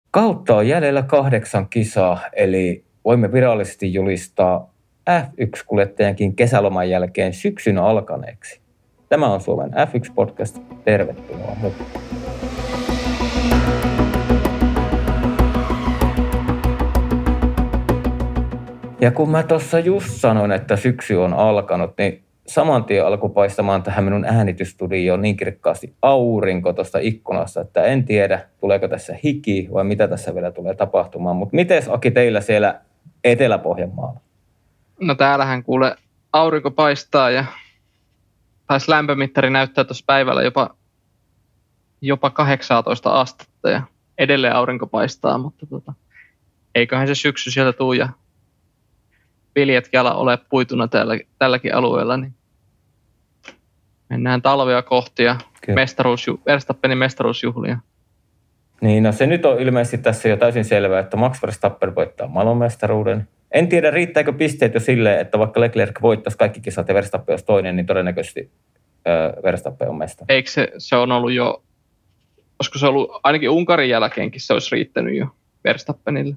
Kautta on jäljellä 8 kisaa, eli voimme virallisesti julistaa F1-kuljettajankin kesäloman jälkeen syksyn alkaneeksi. Tämä on Suomen F1-podcast. Tervetuloa mukaan. Ja kun mä tuossa just sanoin, että syksy on alkanut, niin saman tien alkoi paistamaan tähän minun äänitysstudioon niin kirkkaasti aurinko tuosta ikkunasta, että en tiedä, tuleeko tässä hiki vai mitä tässä vielä tulee tapahtumaan. Mutta miten Aki teillä siellä Etelä-Pohjanmaalla? No täällähän kuule aurinko paistaa ja taisi lämpömittari näyttää tuossa päivällä jopa 18 astetta ja edelleen aurinko paistaa, mutta eiköhän se syksy sieltä tuu ja viljetkin ala ole tälläkin alueella, niin mennään talvea kohti ja Verstappenin mestaruusjuhlia. Niin, no se nyt on ilmeisesti tässä jo täysin selvää, että Max Verstappen voittaa maailmanmestaruuden. En tiedä, riittääkö pisteet jo silleen, että vaikka Leclerc voittaisi kaikki kisat ja Verstappen olisi toinen, niin todennäköisesti Verstappen on mestari. Eikö se on ollut jo, olisiko se ollut ainakin Unkarin jälkeenkin se olisi riittänyt jo Verstappenille.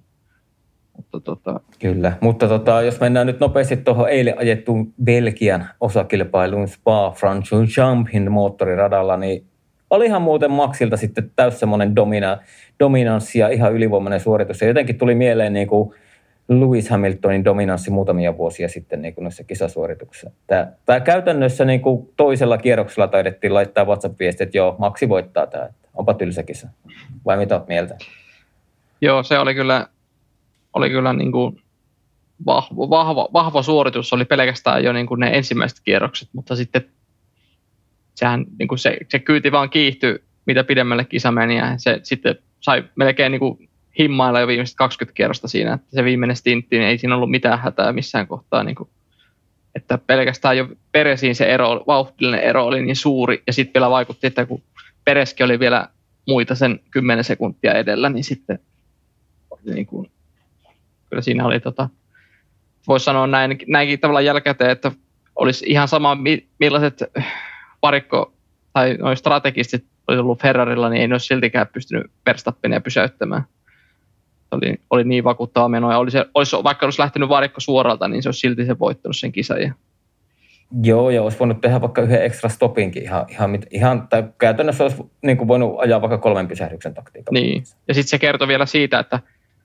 Kyllä, mutta jos mennään nyt nopeasti tuohon eilen ajettuun Belgian osakilpailuun Spa-Francorchamps moottoriradalla, niin olihan muuten Maxilta sitten täys semmoinen dominanssi ja ihan ylivoimainen suoritus. Ja jotenkin tuli mieleen niin kuin Lewis Hamiltonin dominanssi muutamia vuosia sitten niin kuin noissa kisasuorituksissa. Tämä käytännössä niin kuin toisella kierroksella taidettiin laittaa WhatsApp-viestiä, että joo, Maxi voittaa tämä. Onpa tylsä kisa. Vai mitä olet mieltä? Joo, se oli kyllä niin kuin vahva suoritus, oli pelkästään jo niin kuin ne ensimmäiset kierrokset, mutta sitten sehän niin kuin se kyyti vaan kiihtyi, mitä pidemmälle kisa meni, ja se sitten sai melkein niin kuin himmailla jo viimeiset 20 kierrosta siinä, että se viimeinen stintti, niin ei siinä ollut mitään hätää missään kohtaa, niin kuin, että pelkästään jo Peresiin se vauhdillinen ero oli niin suuri, ja sitten vielä vaikutti, että kun Pereskin oli vielä muita sen 10 sekuntia edellä, niin sitten niin kuin kyllä siinä oli, voisi sanoa näinkin tavallaan jälkikäteen, että olisi ihan sama millaiset varikko tai noin strategistit olisi ollut Ferrarilla, niin ei ne olisi siltikään pystynyt Verstappenia pysäyttämään. Oli niin vakuuttava meno ja vaikka olisi lähtenyt varikko suoralta, niin se olisi silti se voittanut sen kisan. Joo, ja olisi voinut tehdä vaikka yhden ekstra stopinkin tai käytännössä olisi niin kuin voinut ajaa vaikka 3 pysähdyksen taktiikalla. Niin, ja sitten se kertoi vielä siitä, että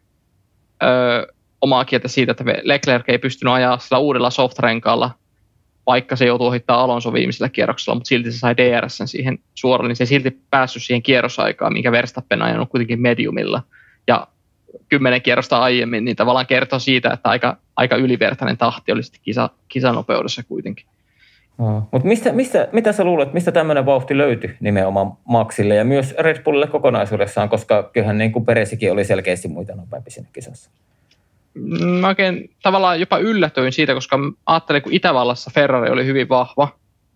omaa kieltä siitä, että Leclerc ei pystynyt ajaa sillä uudella soft-renkaalla, vaikka se joutui ohittaa Alonso viimeisellä kierroksella, mutta silti se sai DRS:n siihen suoralle, niin se ei silti päässyt siihen kierrosaikaan, minkä Verstappen on ajanut kuitenkin mediumilla. Ja 10 kierrosta aiemmin, niin tavallaan kertoo siitä, että aika ylivertainen tahti oli sitten kisanopeudessa kuitenkin. Mutta mitä sä luulet, mistä tämmöinen vauhti löytyi nimenomaan Maxille ja myös Red Bullille kokonaisuudessaan, koska kyllähän niin kuin Peresikin oli selkeästi muita nopeampi siinä kisassa? Mä oikein tavallaan jopa yllätyin siitä, koska ajattelin, kun Itävallassa Ferrari oli hyvin vahva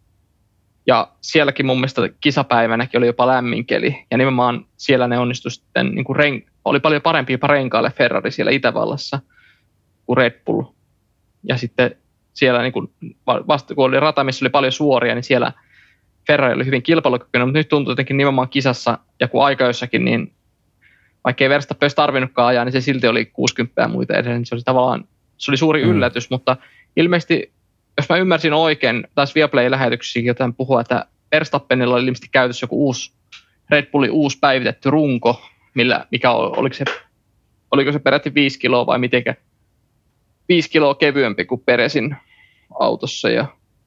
ja sielläkin mun mielestä kisapäivänäkin oli jopa lämmin keli ja nimenomaan siellä ne onnistui sitten, niin kuin oli paljon parempi jopa renkaalle Ferrari siellä Itävallassa kuin Red Bull ja sitten siellä niin kuin vasta kun oli rata, missä oli paljon suoria, niin siellä Ferrari oli hyvin kilpailukykyinen, mutta nyt tuntuu jotenkin nimenomaan kisassa ja kun aikajoissakin, niin vaikka ei Verstappen olisi tarvinnutkaan ajaa, niin se silti oli 60 ja muita edellä, niin se oli suuri yllätys, mutta ilmeisesti, jos mä ymmärsin oikein, taas Viaplay-lähetyksissäkin jotain puhua, että Verstappenilla oli ilmeisesti käytössä joku Red Bullin uusi päivitetty runko, oliko se peräti 5 kiloa vai mitenkä, 5 kiloa kevyempi kuin Peresin autossa ja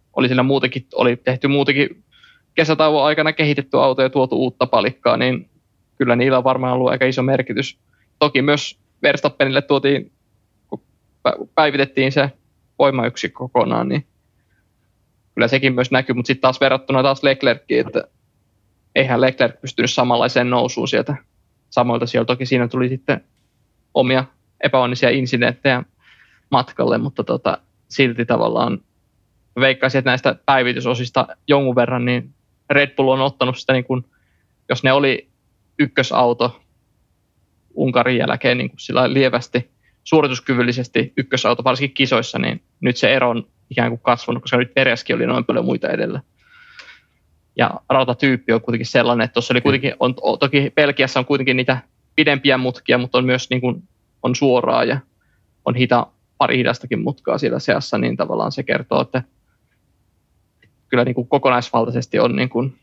oli tehty muutenkin kesätauon aikana kehitetty auto ja tuotu uutta palikkaa, niin kyllä niillä on varmaan ollut aika iso merkitys. Toki myös Verstappenille tuotiin, kun päivitettiin se voimayksikkö kokonaan, niin kyllä sekin myös näkyy, mutta sitten taas verrattuna taas Leclerciin, että eihän Leclerc pystynyt samanlaiseen nousuun sieltä samoilta siellä. Toki siinä tuli sitten omia epäonnisia incidenttejä matkalle, mutta silti tavallaan veikkaisin, että näistä päivitysosista jonkun verran, niin Red Bull on ottanut sitä, niin kuin, jos ne oli ykkösauto Unkarin jälkeen niin kuin sillä lievästi suorituskyvyllisesti ykkösauto, varsinkin kisoissa, niin nyt se ero on ikään kuin kasvanut, koska nyt Pereskin oli noin paljon muita edellä. Ja rautatyyppi on kuitenkin sellainen, että tuossa oli kuitenkin, toki Belgiassa on kuitenkin niitä pidempiä mutkia, mutta on myös niin kuin, on suoraa ja on pari hidastakin mutkaa siellä seassa, niin tavallaan se kertoo, että kyllä niin kuin kokonaisvaltaisesti on, niin kuin,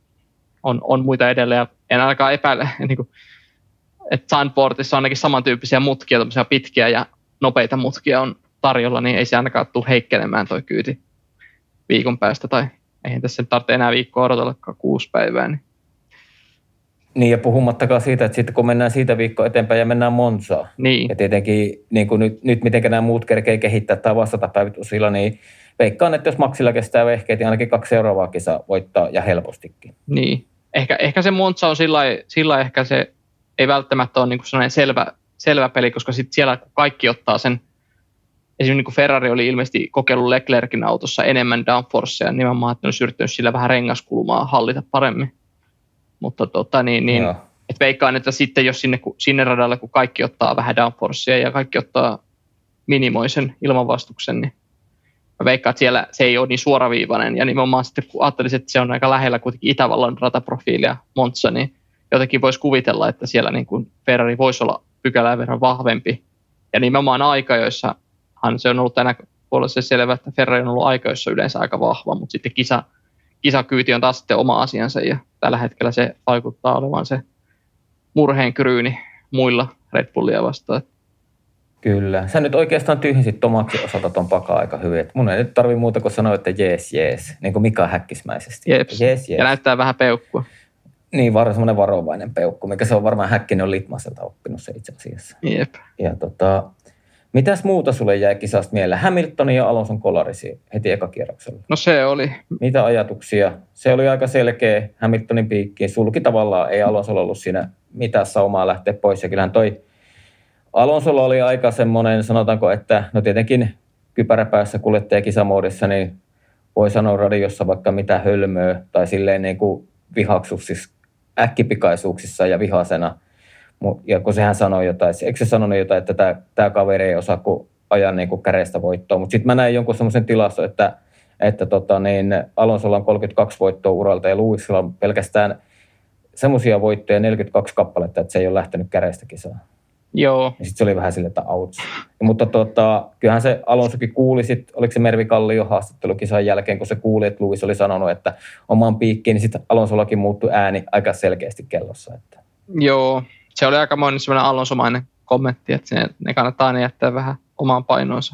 on muita edelleen. Ja en ainakaan epäile, niin kuin, että Zandvoortissa on ainakin samantyyppisiä mutkia, pitkiä ja nopeita mutkia on tarjolla, niin ei se ainakaan tule heikkenemään toi kyyti viikon päästä, tai eihän tässä tarvitse enää viikkoa odotellakaan 6 päivää. Niin, ja puhumattakaan siitä, että sitten kun mennään siitä viikkoa eteenpäin ja mennään Monzaan, niin. Ja tietenkin niin kuin nyt miten nämä muut kerkee kehittää tai vastata päivitysillä, niin veikkaan, että jos Maxilla kestää vehkeet, niin ainakin 2 seuraavaa kisaa voittaa ja helpostikin. Niin, ehkä se Monza on sillä ehkä se ei välttämättä ole niin kuin sellainen selvä peli, koska sitten siellä kaikki ottaa sen. Esimerkiksi niin kuin Ferrari oli ilmeisesti kokeillut Leclerkin autossa enemmän downforcea, nimenomaan, että ne olisi yrittänyt sillä vähän rengaskulmaa hallita paremmin. Mutta et veikkaan, että sitten jos sinne radalle, kun kaikki ottaa vähän downforcea ja kaikki ottaa minimoisen ilmanvastuksen, niin mä veikkaan, että siellä se ei ole niin suoraviivainen. Ja nimenomaan sitten, kun ajattelisin, että se on aika lähellä kuitenkin Itävallan rataprofiilia Monza, niin jotenkin voisi kuvitella, että siellä niin kuin Ferrari voisi olla pykälää verran vahvempi. Ja nimenomaan aikajoissahan se on ollut tänä puolella selvä, että Ferrari on ollut aikajoissa yleensä aika vahva, mutta sitten kisakyyti on taas sitten oma asiansa, ja tällä hetkellä se vaikuttaa olevan se murheenkryyni muilla Red Bullia vastaan. Kyllä. Sä nyt oikeastaan tyhjensit Tomaksen osalta ton pakaa aika hyvin. Et mun ei nyt tarvitse muuta kuin sanoa, että jees, niin kuin Mika Häkkismäisesti. Jees. Ja näyttää vähän peukkua. Niin, semmoinen varovainen peukku, mikä se on varmaan Häkkinen on Litmaselta oppinut se itse asiassa. Jep. Ja mitäs muuta sulle jäi kisasta mieleen? Hamiltonin ja Alonson kolarisi heti ekakierroksella. No se oli. Mitä ajatuksia? Se oli aika selkeä Hamiltonin piikkiin. Sulki tavallaan, ei Alonsolla ollut siinä mitään saumaa lähteä pois. Ja kyllähän toi Alonsolla oli aika semmoinen, sanotaanko, että no tietenkin kypäräpäässä kuljettaja kisamoodissa, niin voi sanoa radiossa vaikka mitä hölmöä tai silleen niin kuin vihaksuksissa, äkkipikaisuuksissa ja vihasena. Ja kun sehän sanoi jotain, eikö se sanonut jotain, että tämä kaveri ei osaa ajaa niin kuin käreistä voittoa. Mutta sitten mä näin jonkun semmoisen tilaston, että Alonsolla on 32 voittoa uralta ja Lewisilla on pelkästään semmoisia voittoja 42 kappaletta, että se ei ole lähtenyt käreistä kisaan. Joo. Ja sitten se oli vähän silleen, että outs. Mutta kyllähän se Alonsokin kuuli sitten, oliko se Mervi Kallio haastattelukisan jälkeen, kun se kuuli, että Lewis oli sanonut, että omaan piikkiin, niin sitten Alonsollakin muuttui ääni aika selkeästi kellossa. Että. Joo, se oli aika monen sellainen Alonsomainen kommentti, että ne kannattaa aina jättää vähän omaan painoonsa.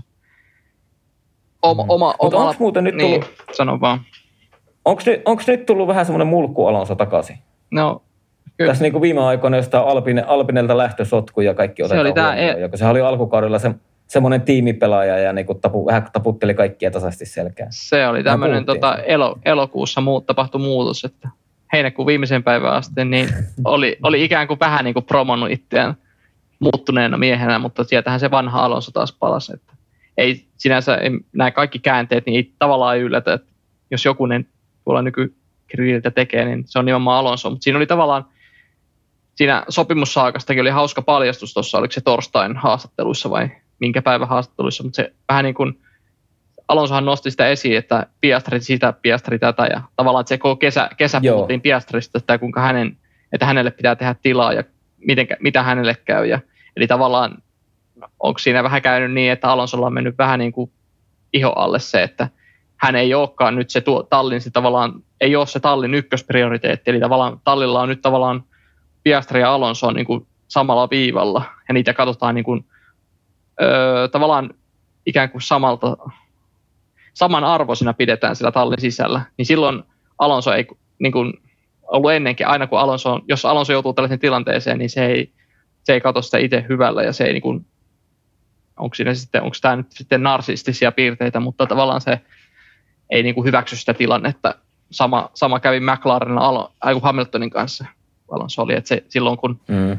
Mutta onko muuten nyt tullut... Niin, sano vaan. Onko nyt tullut vähän semmoinen mulkku Alonso takaisin? No, kyllä. Tässä niin kuin viime aikoina jostain Alpinelta lähtösotku ja kaikki otetaan huomioon. Se oli alkukaudella semmoinen tiimipelaaja ja niin kuin vähän taputteli kaikkia tasaisesti selkään. Se oli tämmöinen elokuussa tapahtui muutos, että heinäkuun viimeisen päivän asti niin oli ikään kuin vähän niin kuin promonnut itseään muuttuneena miehenä, mutta sieltähän se vanha Alonso taas palasi. Että ei sinänsä nämä kaikki käänteet, niin ei tavallaan yllätä, että jos jokunen tuolla nykygrilliltä tekee, niin se on nimenomaan Alonso. Mutta siinä oli tavallaan, siinä sopimussaakastakin oli hauska paljastus tuossa, oliko se torstain haastatteluissa vai minkä päivän haastatteluissa, mutta se vähän niin kuin Alonsohan nosti sitä esiin, että Piastri sitä, Piastri tätä ja tavallaan, että se koko kesä puhuttiin Piastrista, että kuinka että hänelle pitää tehdä tilaa ja mitä hänelle käy. Eli tavallaan onko siinä vähän käynyt niin, että Alonsolla on mennyt vähän niin kuin iho alle se, että hän ei olekaan nyt se tallin, se tavallaan ei ole se tallin ykkösprioriteetti, eli tavallaan tallilla on nyt tavallaan Piastri ja Alonso on niin kuin samalla viivalla ja niitä katsotaan niin kuin, tavallaan ikään kuin samanarvoisina pidetään sillä tallin sisällä, niin silloin Alonso ei niin kuin ollut ennenkin, aina kun jos Alonso joutuu tällaiseen tilanteeseen, niin se ei katso sitä itse hyvällä ja se ei niin kuin, onko tämä nyt sitten narsistisia piirteitä, mutta tavallaan se ei niin kuin hyväksy sitä tilannetta. Sama kävi McLarenin Hamiltonin kanssa. Alonso oli, että se, silloin kun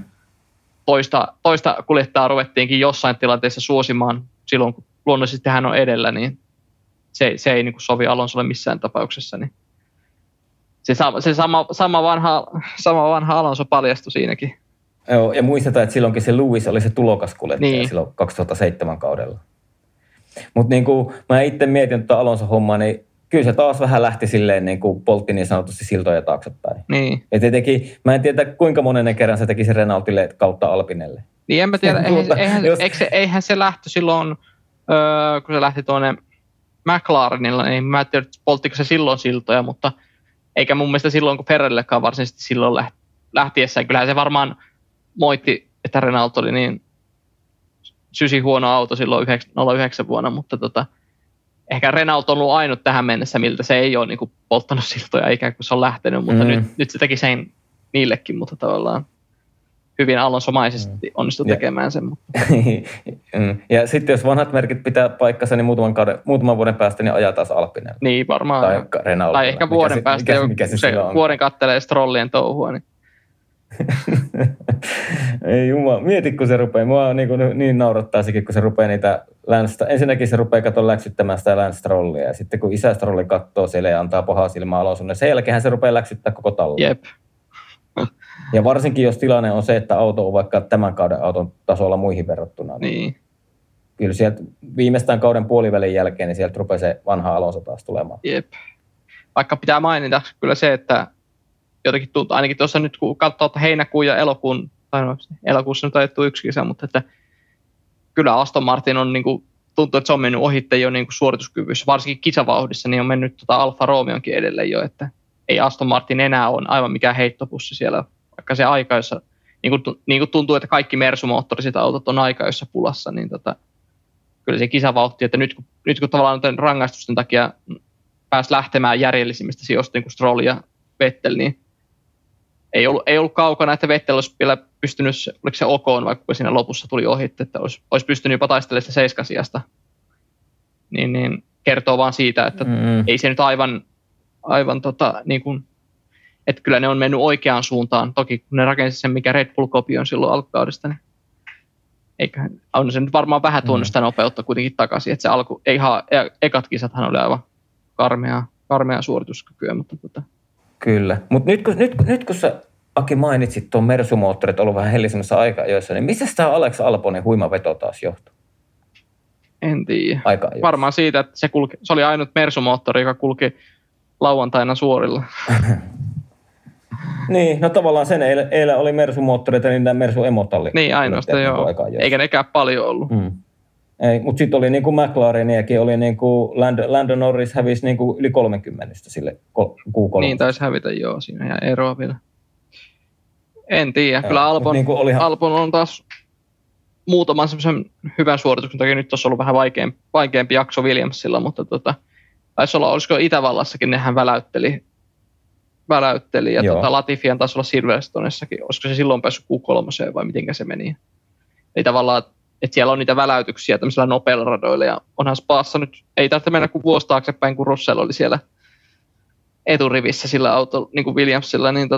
toista kuljettajaa ruvettiinkin jossain tilanteessa suosimaan, silloin kun luonnollisesti hän on edellä, niin se ei niin kuin sovi Alonsolle missään tapauksessa. Niin se sama vanha Alonso paljastui siinäkin. Joo, ja muistetaan, että silloinkin se Lewis oli se tulokaskuljettaja silloin 2007 kaudella. Mutta niin kuin mä itse mietin tuota Alonso-hommaa, niin kyllä se taas vähän lähti silleen niin kuin poltti niin sanotusti siltoja taaksepäin. Niin. Ja tietenkin, mä en tiedä kuinka monennen kerran se teki se Renaultille kautta Alpinelle. Niin en mä tiedä, eihän se lähtö silloin, kun se lähti tuonne McLarenilla, niin mä en tiedä, polttiko se silloin siltoja, mutta eikä mun mielestä silloin, kun Ferrarillekaan varsinaisesti silloin lähtiessään. Kyllähän se varmaan moitti, että Renault oli niin sysi huono auto silloin 09 vuonna, mutta ehkä Renault on ollut ainut tähän mennessä, miltä se ei ole niin kuin polttanut siltoja ikään kuin se on lähtenyt, mutta nyt se teki sen niillekin, mutta tavallaan hyvin Alonso-maisesti onnistui tekemään sen. Mutta. Ja sitten jos vanhat merkit pitää paikkansa, niin muutaman vuoden päästä niin ajaa taas Alpinella. Niin varmaan. Tai ehkä vuoden päästä, se vuoden kattelee Strollien touhua. Niin. Ei jumala, mieti kun se rupeaa. Mua niin naurattaa sekin, kun se rupeaa niitä ensinnäkin se rupeaa läksyttämään sitä Lance Strollia. Ja sitten kun isä Strolli katsoo siellä ja antaa pahaa silmää Alonsolle, sen jälkeen se rupeaa läksyttää koko tallon. Jep. Ja varsinkin jos tilanne on se, että auto on vaikka tämän kauden auton tasolla muihin verrattuna. Niin. Kyllä sieltä viimeistään kauden puolivälin jälkeen, niin sieltä rupeaa se vanha Alonso taas tulemaan. Jep. Vaikka pitää mainita kyllä se, että jotenkin tuntuu, ainakin tuossa nyt kun katsoo heinäkuun ja elokuun, elokuussa nyt ajettu yksi kisa, mutta että kyllä Aston Martin on niinku, tuntuu, että se on mennyt ohitte jo niinku suorituskyvyssä, varsinkin kisavauhdissa, niin on mennyt Alfa Romeonkin edelle jo, että ei Aston Martin enää ole aivan mikään heittopussi siellä, vaikka se aika, jossa niin kuin tuntuu, että kaikki Mersu-moottoriset autot on aika, jossa pulassa, niin kyllä se kisavauhti, että nyt kun tavallaan rangaistusten takia pääsi lähtemään järjellisimmistä sijoista, niin kuin Stroll ja Vettel, niin ei ollut kaukana, että Vettel olisi vielä pystynyt, oliko se Okoon, vaikka siinä lopussa tuli ohi, että olisi pystynyt jopa taistelemaan sitä 7 sijasta. Niin kertoo vaan siitä, että ei se nyt aivan niin kuin, että kyllä ne on mennyt oikeaan suuntaan. Toki kun ne rakensi sen, mikä Red Bull-kopio on silloin alkukaudesta, niin on se nyt varmaan vähän tuonut sitä nopeutta kuitenkin takaisin. Että se ekat kisathan oli aivan karmea suorituskykyä. Mutta Kyllä, mutta nyt kun sä Aki mainitsit tuon Mersu-moottorit ollut vähän hellisemmässä aika-ajoissa, niin missä tämä Alex Albonin huima veto taas johtuu? En tiedä. Varmaan siitä, että se oli ainut Mersu-moottori, joka kulki lauantaina suorilla. Niin, no tavallaan sen eilen oli Mersu-moottoreita, niin tämä Mersu-emotalli. Niin, ainoastaan joo. Eikä nekään paljon ollut. Ei, mutta sitten oli niin kuin McLareniakin, oli niin kuin Lando Norris hävisi niin kuin yli 30 sille Q3. Niin, taisi hävitä joo, siinä ja eroa vielä. En tiedä, kyllä Albon on taas muutaman semmoisen hyvän suorituksen, toki nyt tuossa ollut vähän vaikeampi jakso Williamsilla, mutta taisi olla, olisiko Itävallassakin nehän väläytteli ja joo. Latifian taisi olla Silverstonessakin, olisiko se silloin päässyt Q3 vai mitenkä se meni. Eli tavallaan, että siellä on niitä väläytyksiä tämmöisillä nopeilla radoilla ja onhan Spaassa nyt, ei tarvitse mennä kuin vuosi taaksepäin, kun Russell oli siellä eturivissä sillä autolla, niin kuin Williamsilla, niin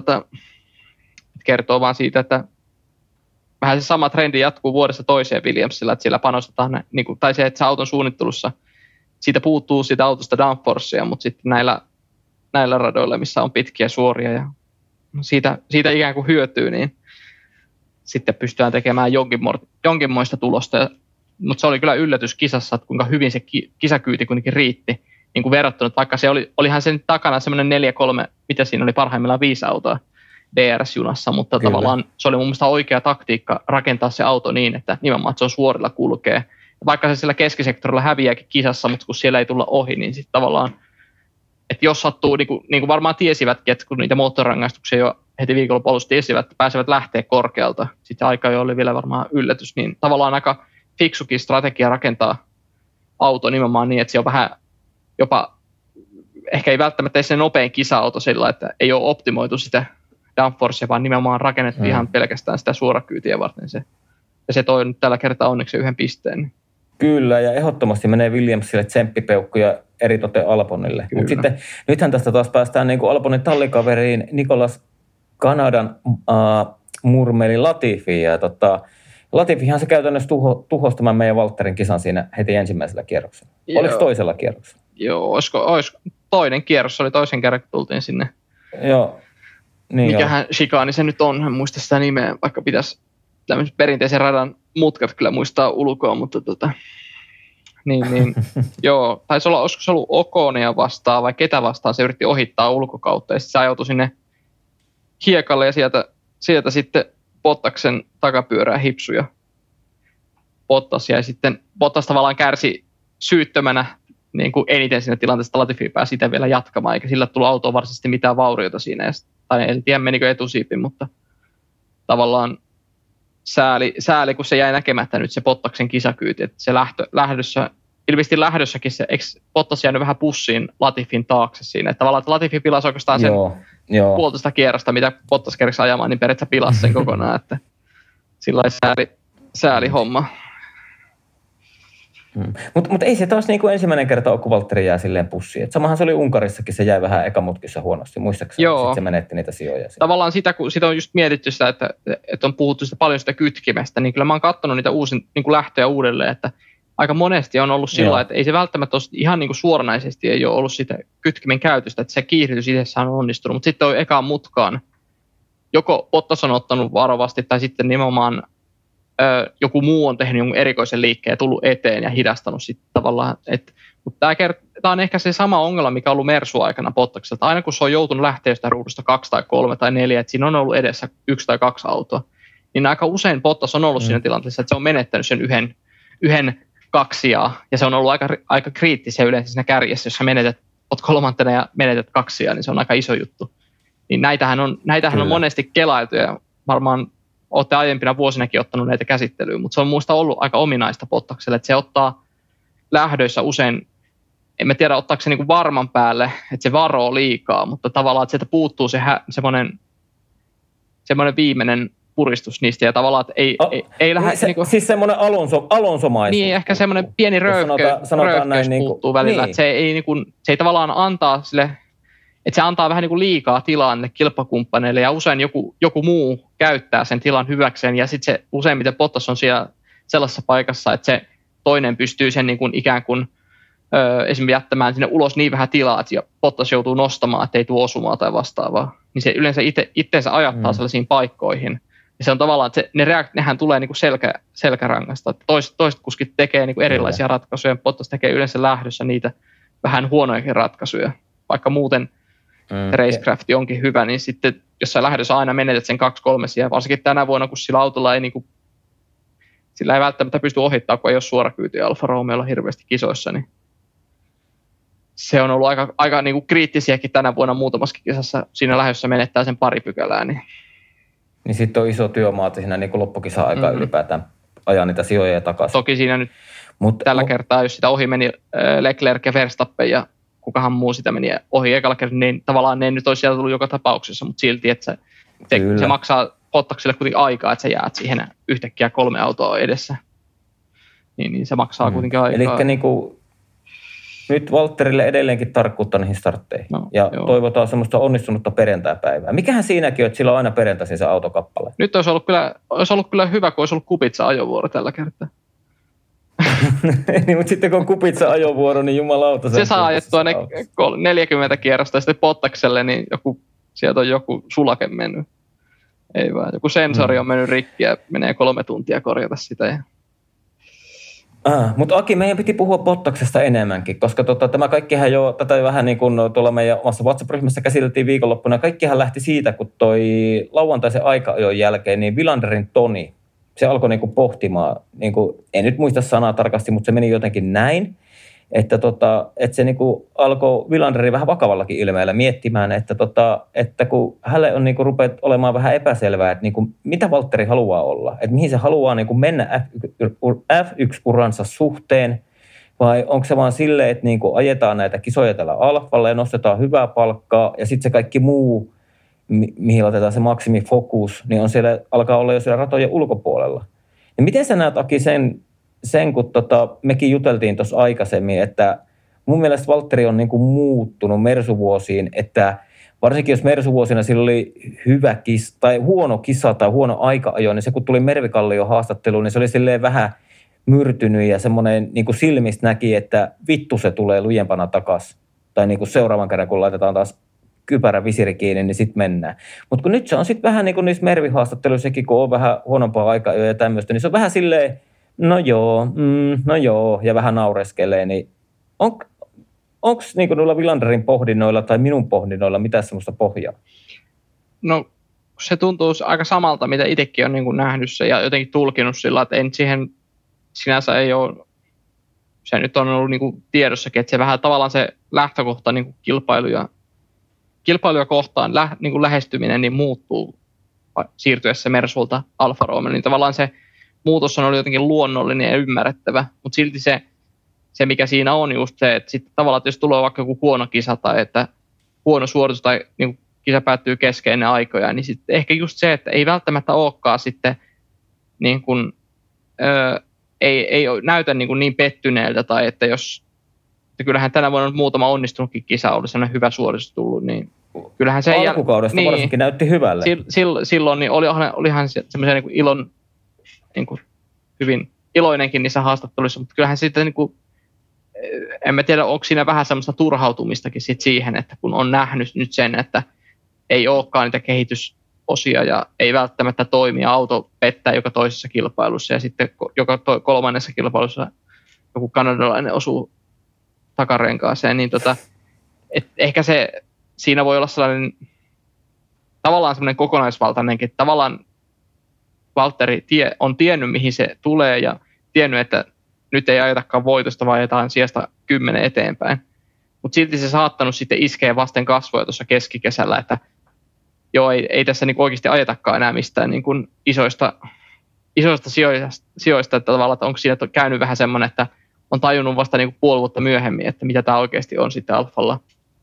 kertoo vaan siitä, että vähän se sama trendi jatkuu vuodesta toiseen Williamsilla, että siellä panostetaan, niin kuin, tai se, että se auton suunnittelussa, siitä puuttuu siitä autosta downforcea, mutta sitten näillä radoilla, missä on pitkiä suoria ja siitä ikään kuin hyötyy, niin sitten pystytään tekemään jonkinmoista tulosta. Mutta se oli kyllä yllätys kisassa, että kuinka hyvin se kisakyyti kuitenkin riitti, niin kuin verrattuna, vaikka se olihan sen takana semmoinen 4-3, mitä siinä oli parhaimmillaan 5 autoa DRS-junassa, mutta kyllä. Tavallaan se oli mun mielestä oikea taktiikka rakentaa se auto niin, että nimenomaan että se on suorilla kulkee. Vaikka se siellä keskisektorilla häviääkin kisassa, mutta kun siellä ei tulla ohi, niin sitten tavallaan, että jos sattuu, niin kuin varmaan tiesivätkin, että kun niitä moottorirangaistuksia jo heti viikolla alussa tiesivät, että pääsevät lähteä korkealta, sitten aika jo oli vielä varmaan yllätys, niin tavallaan aika fiksukin strategia rakentaa auto nimenomaan niin, että se on vähän jopa, ehkä ei välttämättä se nopein kisa-auto sillä, että ei ole optimoitu sitä downforcea, vaan nimenomaan rakennettu ihan pelkästään sitä suorakyytiä varten se. Ja se toi nyt tällä kertaa onneksi 1 pisteen. Kyllä, ja ehdottomasti menee Williamsille tsemppipeukkuja eritoten Albonille. Mutta sitten nythän tästä taas päästään niin kuin Albonin tallikaveriin Nicolas Kanadan murmeli Latifiin. Ja Latifihan se käytännössä tuhosi tämän meidän Valtterin kisan siinä heti ensimmäisellä kierroksella. Joo. Oliko toisella kierroksella? Joo, olisiko toinen kierros, oli toisen kerran, kun tultiin sinne. Joo. Niin mikähän chikaani se nyt on, en muista sitä nimeä, vaikka pitäisi tämmöisen perinteisen radan mutkat kyllä muistaa ulkoa, mutta niin joo, taisi olla, olisiko se ollut Oconia vastaan vai ketä vastaan se yritti ohittaa ulkokautta ja sitten se ajautui sinne hiekalle ja sieltä sitten Bottaksen takapyörää hipsuja. Bottas tavallaan kärsi syyttömänä niin kuin eniten siinä tilanteessa, Latifi pääsi sitä vielä jatkamaan, eikä sillä tullut autoon varsinaisesti mitään vauriota siinä. Tai en tiedä menikö etusiipi, mutta tavallaan sääli, kun se jäi näkemättä nyt se Bottaksen kisakyyti. Että se ilmeisesti lähdössäkin se, eikö Bottas jäänyt vähän pussiin Latifin taakse siinä. Että tavallaan että Latifi pilasi oikeastaan sen puolitoista kierrosta, mitä Bottas kerrasi ajamaan, niin periaatteessa pilasi sen kokonaan. Että sillä sääli homma. Mutta ei se taas niin kuin ensimmäinen kerta ole, kun Valtteri jää silleen pussiin. Et samahan se oli Unkarissakin, se jäi vähän ekamutkissa huonosti, muistaakseni, sitten se menetti niitä sijoja. Tavallaan kun sitä on just mietitty sitä, että on puhuttu sitä paljon sitä kytkimestä, niin kyllä mä oon katsonut niitä niin kuin lähtöjä uudelleen, että aika monesti on ollut sillä, että ei se välttämättä ole ihan niin kuin suoranaisesti ei ole ollut sitä kytkimen käytöstä, että se kiihdytys itsessään on onnistunut, mutta sitten on ekaan mutkaan joko Bottas on ottanut varovasti tai sitten nimenomaan joku muu on tehnyt jonkun erikoisen liikkeen ja tullut eteen ja hidastanut sitten tavallaan. Mutta tämä on ehkä se sama ongelma, mikä on ollut Mersu-aikana Bottakselta. Aina kun se on joutunut lähteä sitä ruudusta 2 tai 3 tai 4, että siinä on ollut edessä 1 tai 2 autoa, niin aika usein Bottas on ollut siinä tilanteessa, että se on menettänyt sen yhden kaksijaa, ja se on ollut aika kriittisiä yleensä siinä kärjessä, jos sä oot kolmantena ja menetät kaksia, niin se on aika iso juttu. Niin näitähän on monesti kelailtu, ja varmaan olette aiempina vuosinakin ottanut näitä käsittelyyn, mutta se on muista ollut aika ominaista Bottakselle, että se ottaa lähdöissä usein, en mä tiedä ottaako se niinku varman päälle, että se varoo liikaa, mutta tavallaan, että sieltä puuttuu semmoinen viimeinen puristus niistä, ja tavallaan, että ei lähde... Siis semmoinen Alonso-maisuus. Niin, ehkä semmoinen pieni röyhkeys puuttuu välillä, niin. Että se ei tavallaan antaa sille... Että se antaa vähän niin kuin liikaa tilaa ne kilpakumppaneille ja usein joku muu käyttää sen tilan hyväkseen ja sitten se useimmiten Bottas on siellä sellaisessa paikassa, että se toinen pystyy sen niin kuin ikään kuin esimerkiksi jättämään sinne ulos niin vähän tilaa, että Bottas joutuu nostamaan, että ei tule osumaan tai vastaavaa. Niin se yleensä itseensä ajattaa sellaisiin paikkoihin. Ja se on tavallaan, että nehän tulee niin kuin selkärangasta. Toiset kuskit tekee niin kuin erilaisia ratkaisuja, Bottas tekee yleensä lähdössä niitä vähän huonojakin ratkaisuja, vaikka muuten racecrafti onkin hyvä, niin sitten jos sä lähdössä aina menetät sen 2-3 siellä, varsinkin tänä vuonna, kun sillä autolla sillä ei välttämättä pysty ohittamaan, kun ei ole suorakyytiä Alfa Romeolla hirveästi kisoissa, niin se on ollut aika niin kuin kriittisiäkin tänä vuonna muutamassa kisassa. Siinä lähdössä menettää sen 2 pykälää. Niin sitten on iso työmaata siinä niin loppukisa-aikaa ylipäätään ajaa niitä sijoja takaisin. Toki siinä nyt tällä kertaa, jos sitä ohi meni Leclerc ja Verstappen ja kukahan muu sitä meni ohi ekalla kertaa, niin tavallaan ne ei nyt olisi sieltä tullut joka tapauksessa, mutta silti, että se maksaa Bottakselle kuitenkin aikaa, että sä jäät siihen yhtäkkiä 3 autoa edessä. Niin se maksaa kuitenkin aikaa. Eli niinku, nyt Valtterille edelleenkin tarkkuutta niihin startteihin. Toivotaan semmoista onnistunutta perjantaipäivää. Mikähän siinäkin on, että sillä on aina perjantaisin se autokappale? Nyt olisi ollut kyllä hyvä, kun olisi ollut Kubica-ajovuoro tällä kertaa. Niin, mutta sitten kun on Kubica-ajovuoro, niin jumalauta. Se saa ajettua ne 40 kierrosta ja sitten Bottakselle, niin sieltä on joku sulake mennyt. Ei vaan, joku sensori on mennyt rikki ja menee 3 tuntia korjata sitä. Mutta Aki, meidän piti puhua Bottaksesta enemmänkin, koska tämä kaikkihan jo, tätä vähän niin kuin tuolla meidän omassa WhatsApp-ryhmässä käsiteltiin viikonloppuna, kaikkihan lähti siitä, kun toi lauantaisen aika-ajon jälkeen, niin Vilanderin Toni, se alkoi niin kuin pohtimaan, niin kuin, en nyt muista sanaa tarkasti, mutta se meni jotenkin näin, että se niin kuin alkoi Vilanderi vähän vakavallakin ilmeellä miettimään, että kun hänelle on niin kuin rupeat olemaan vähän epäselvää, että niin kuin, mitä Valtteri haluaa olla, että mihin se haluaa niin kuin mennä F1-uransa suhteen, vai onko se vaan silleen, että niin kuin ajetaan näitä kisoja tällä Alfalla ja nostetaan hyvää palkkaa, ja sitten se kaikki muu, mihin laitetaan se maksimifokus, niin on siellä, alkaa olla jo siellä ratojen ulkopuolella. Ja miten sä näet, Aki, sen kun mekin juteltiin tuossa aikaisemmin, että mun mielestä Valtteri on niin kuin muuttunut Mersu-vuosiin, että varsinkin jos Mersu-vuosina sillä oli hyvä tai huono kisa tai huono aika-ajo, niin se kun tuli Mervikallion haastatteluun, niin se oli silleen vähän myrtynyt ja semmoinen niin kuin silmistä näki, että vittu se tulee lujempana takaisin. Tai niin kuin seuraavan kerran, kun laitetaan taas kypärä visiri kiinni, niin sitten mennään. Mutta kun nyt se on sitten vähän niin kuin niissä Mervi-haastatteluissakin, kun on vähän huonompaa aika ja tämmöistä, niin se on vähän silleen No joo, ja vähän naureskelee, niin onko niin noilla Wilanderin pohdinnoilla tai minun pohdinnoilla mitään semmoista pohjaa? No se tuntuu aika samalta, mitä itsekin on niin kuin nähnyt se ja jotenkin tulkinut sillä, että en siihen sinänsä ei ole, se nyt on ollut niin kuin tiedossakin, että se vähän tavallaan se lähtökohta niin kuin kilpailuja kohtaan niin kuin lähestyminen niin muuttuu siirtyessä Mersulta Alfa Romeo, niin tavallaan se muutos on ollut jotenkin luonnollinen ja ymmärrettävä, mutta silti se mikä siinä on just se, että sitten tavallaan, että jos tulee vaikka joku huono kisa tai että huono suoritus tai niin kuin kisa päättyy kesken ennen aikoja, niin sitten ehkä just se, että ei välttämättä olekaan sitten niin kuin, ei näytä niin pettyneeltä tai että jos, että kyllähän tänä vuonna muutama onnistunutkin kisa oli sellainen hyvä suoritus tullut, niin kyllähän se alkukaudesta niin, varsinkin näytti hyvälle. Silloin niin olihan se semmoisen niin kuin ilon, niin kuin hyvin iloinenkin niissä haastatteluissa, mutta kyllähän sitten niin kuin, en mä tiedä, onko siinä vähän semmoista turhautumistakin sit siihen, että kun on nähnyt nyt sen, että ei olekaan niitä kehitysosia ja ei välttämättä toimi ja auto pettää joka toisessa kilpailussa ja sitten joka kolmannessa kilpailussa joku kanadalainen osuu takarenkaaseen, niin ehkä se siinä voi olla sellainen tavallaan semmoinen kokonaisvaltainenkin, että tavallaan Valtteri on tiennyt, mihin se tulee ja tiennyt, että nyt ei ajetakaan voitosta, vaan ajetaan sijasta 10 eteenpäin. Mutta silti se saattanut sitten iskeä vasten kasvoja tuossa keskikesällä, että joo, ei tässä niin oikeasti ajetakaan enää mistään niin kuin isoista sijoista, että tavallaan, että onko siinä käynyt vähän semmoinen, että on tajunnut vasta niin kuin puoli vuotta myöhemmin, että mitä tämä oikeasti on sitten Alfalla.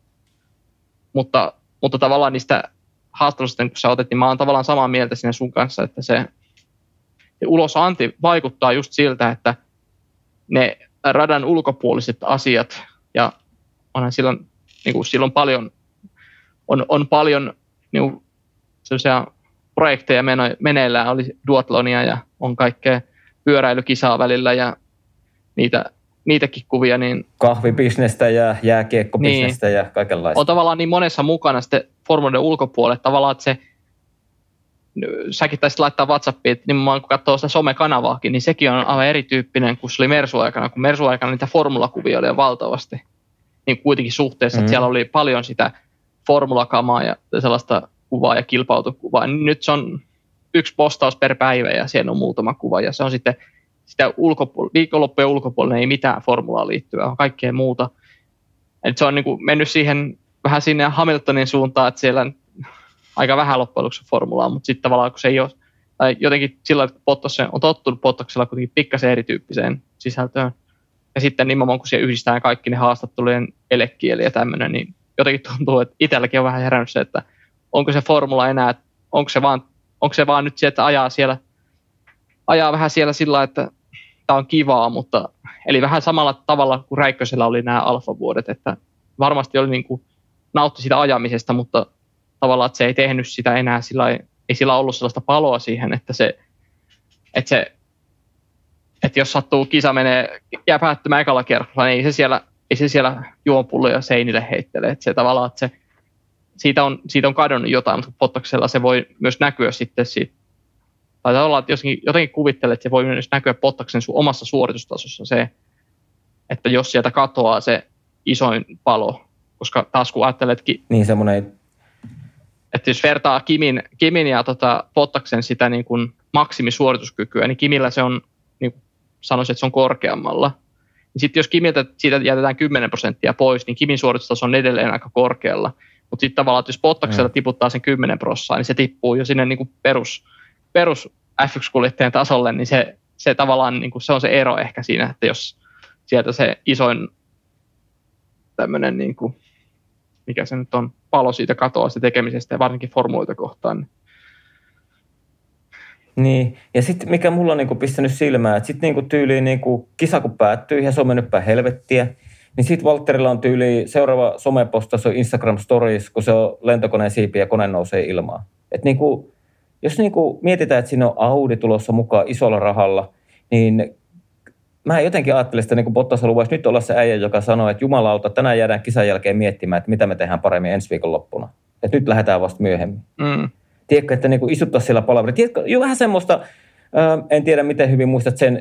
Mutta tavallaan niistä haastatteluista, kun sä otet, niin mä oon tavallaan samaa mieltä sinne sun kanssa, että se ulosanti vaikuttaa just siltä, että ne radan ulkopuoliset asiat, ja onhan silloin, niin kuin silloin paljon, on paljon niin kuin sellaisia projekteja meneillään, oli duathlonia ja on kaikkea pyöräilykisaa välillä ja niitäkin kuvia. Niin, kahvibisnestä ja jääkiekkobisnestä niin, ja kaikenlaista. On tavallaan niin monessa mukana sitten formuloiden ulkopuolelle, tavallaan, että se säkin taisit laittaa WhatsAppiin, että nimenomaan kun katsoo sitä somekanavaakin, niin sekin on aivan erityyppinen kuin se oli Mersu-aikana, kun Mersu-aikana niitä formulakuvia oli valtavasti. Niin kuitenkin suhteessa, että siellä oli paljon sitä formulakamaa ja sellaista kuvaa ja kilpautokuvaa. Nyt se on yksi postaus per päivä ja siellä on muutama kuva ja se on sitten sitä viikonloppujen ulkopuolella ei mitään formulaa liittyvää, on kaikkea muuta. Eli se on niin kuin mennyt siihen vähän sinne Hamiltonin suuntaan, että siellä aika vähän loppujen lopuksi formulaa, mutta sitten tavallaan kun se ei ole, tai jotenkin sillä että Bottas on tottunut Bottaksella kuitenkin pikkasen erityyppiseen sisältöön. Ja sitten nimenomaan kun siellä yhdistää kaikki ne haastattelujen elekieli ja tämmöinen, niin jotenkin tuntuu, että itselläkin on vähän herännyt se, että onko se formula enää, onko se vaan nyt se, että ajaa vähän siellä sillä, että tämä on kivaa, mutta eli vähän samalla tavalla kuin Räikkösellä oli nämä alfavuodet, että varmasti oli niin kuin, nautti sitä ajamisesta, mutta tavallaan, että se ei tehnyt sitä enää ei sillä ollut sellaista paloa siihen, että jos sattuu kisa jää päättymään ekalla kerralla, niin ei se siellä juompulloja seinille heittele, että se tavallaan, että siitä on kadonnut jotain, mutta Bottaksella se voi myös näkyä sitten siitä. Tai olla, että jotenkin kuvittelet, että se voi myös näkyä Bottaksen omassa suoritustasossa se, että jos sieltä katoaa se isoin palo, koska taas kun ajattelet, niin semmoinen, että jos vertaa Kimin ja Bottaksen sitä niin kuin maksimisuorituskykyä, niin Kimillä se on, niin kuin sanoisin, että se on korkeammalla. Sitten jos Kimiltä siitä jätetään 10% pois, niin Kimin suoritustaso on edelleen aika korkealla. Mutta sitten tavallaan, että jos Bottaksella tiputtaa sen 10%, niin se tippuu jo sinne niin kuin perus F1-kuljettajan tasolle, niin se tavallaan niin kuin se on se ero ehkä siinä, että jos sieltä se isoin tämmöinen, niin kuin, mikä se nyt on, palo siitä katoaa se tekemisestä ja varsinkin formuloita kohtaan. Niin, ja sitten mikä mulla on niinku pistänyt silmään, että sitten niinku tyyliin niinku kisa kun päättyy ja se on mennyt päin helvettiä, niin sitten Valtterilla on tyyli seuraava somepostaus on Instagram Stories, kun se on lentokoneen siipi ja kone nousee ilmaan. Että niinku, jos niinku mietitään, että siinä on Audi tulossa mukaan isolla rahalla, niin mä jotenkin ajattelin sitä, niin kuin Bottas haluaisi nyt olla se äijä, joka sanoo, että jumalauta, tänään jäädään kisan jälkeen miettimään, että mitä me tehdään paremmin ensi viikon loppuna. Että nyt lähdetään vasta myöhemmin. Tiedätkö, että niin kuin istuttaa siellä palaveri. Tiedätkö, jo vähän semmoista, en tiedä miten hyvin muistat sen,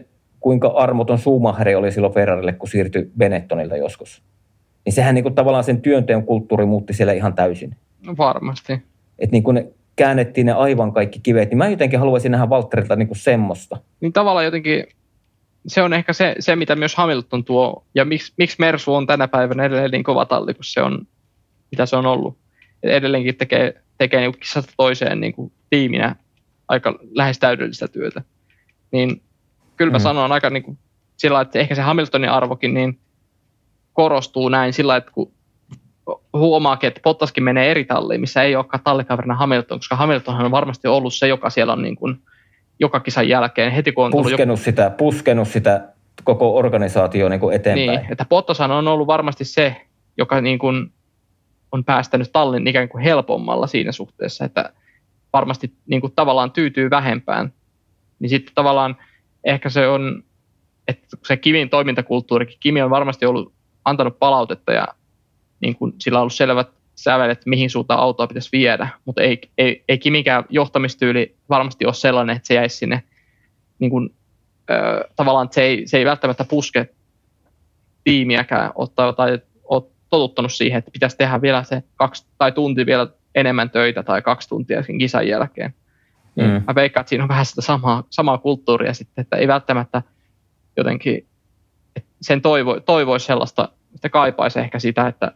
kuinka armoton Schumacheri oli silloin Ferrarille, kun siirtyi Benettonilta joskus. Niin sehän niin kuin tavallaan sen työnteon kulttuuri muutti siellä ihan täysin. No varmasti. Että niin kuin ne käännettiin ne aivan kaikki kivet, niin mä jotenkin haluaisin nähdä Valtterilta niin kuin semmoista. Niin tavallaan jotenkin se on ehkä se mitä myös Hamilton tuo, ja miksi Mersu on tänä päivänä edelleen niin kova talli, kun se on, mitä se on ollut. Et edelleenkin tekee niin kisasta toiseen niin kuin tiiminä aika lähes täydellistä työtä. Niin kyllä mä sanon aika niin kuin sillä, että ehkä se Hamiltonin arvokin niin korostuu näin sillä, että kun huomaakin, että Bottaskin menee eri talliin, missä ei olekaan tallikaverina Hamilton, koska Hamiltonhan on varmasti ollut se, joka siellä on niin kuin joka kisan jälkeen heti kun on puskenut sitä koko organisaatio niin kuin eteenpäin. Niin, että Bottashan on ollut varmasti se, joka niin kuin on päästänyt tallin ikään kuin helpommalla siinä suhteessa, että varmasti niin kuin tavallaan tyytyy vähempään. Niin sitten tavallaan ehkä se on, että se Kimin toimintakulttuurikin, Kimi on varmasti antanut palautetta ja niin kuin sillä on ollut selvät sävelet, mihin suuntaan autoa pitäisi viedä, mutta ei Kimikään johtamistyyli varmasti ole sellainen, että se jäisi sinne niin kuin, tavallaan, että se ei välttämättä puske tiimiäkään tai ole totuttanut siihen, että pitäisi tehdä vielä se 2 tai tunti vielä enemmän töitä tai 2 tuntia sen kisan jälkeen. Mä veikkaan, että siinä on vähän sitä samaa kulttuuria sitten, että ei välttämättä jotenkin, että sen toivoisi sellaista, että kaipaisi ehkä sitä, että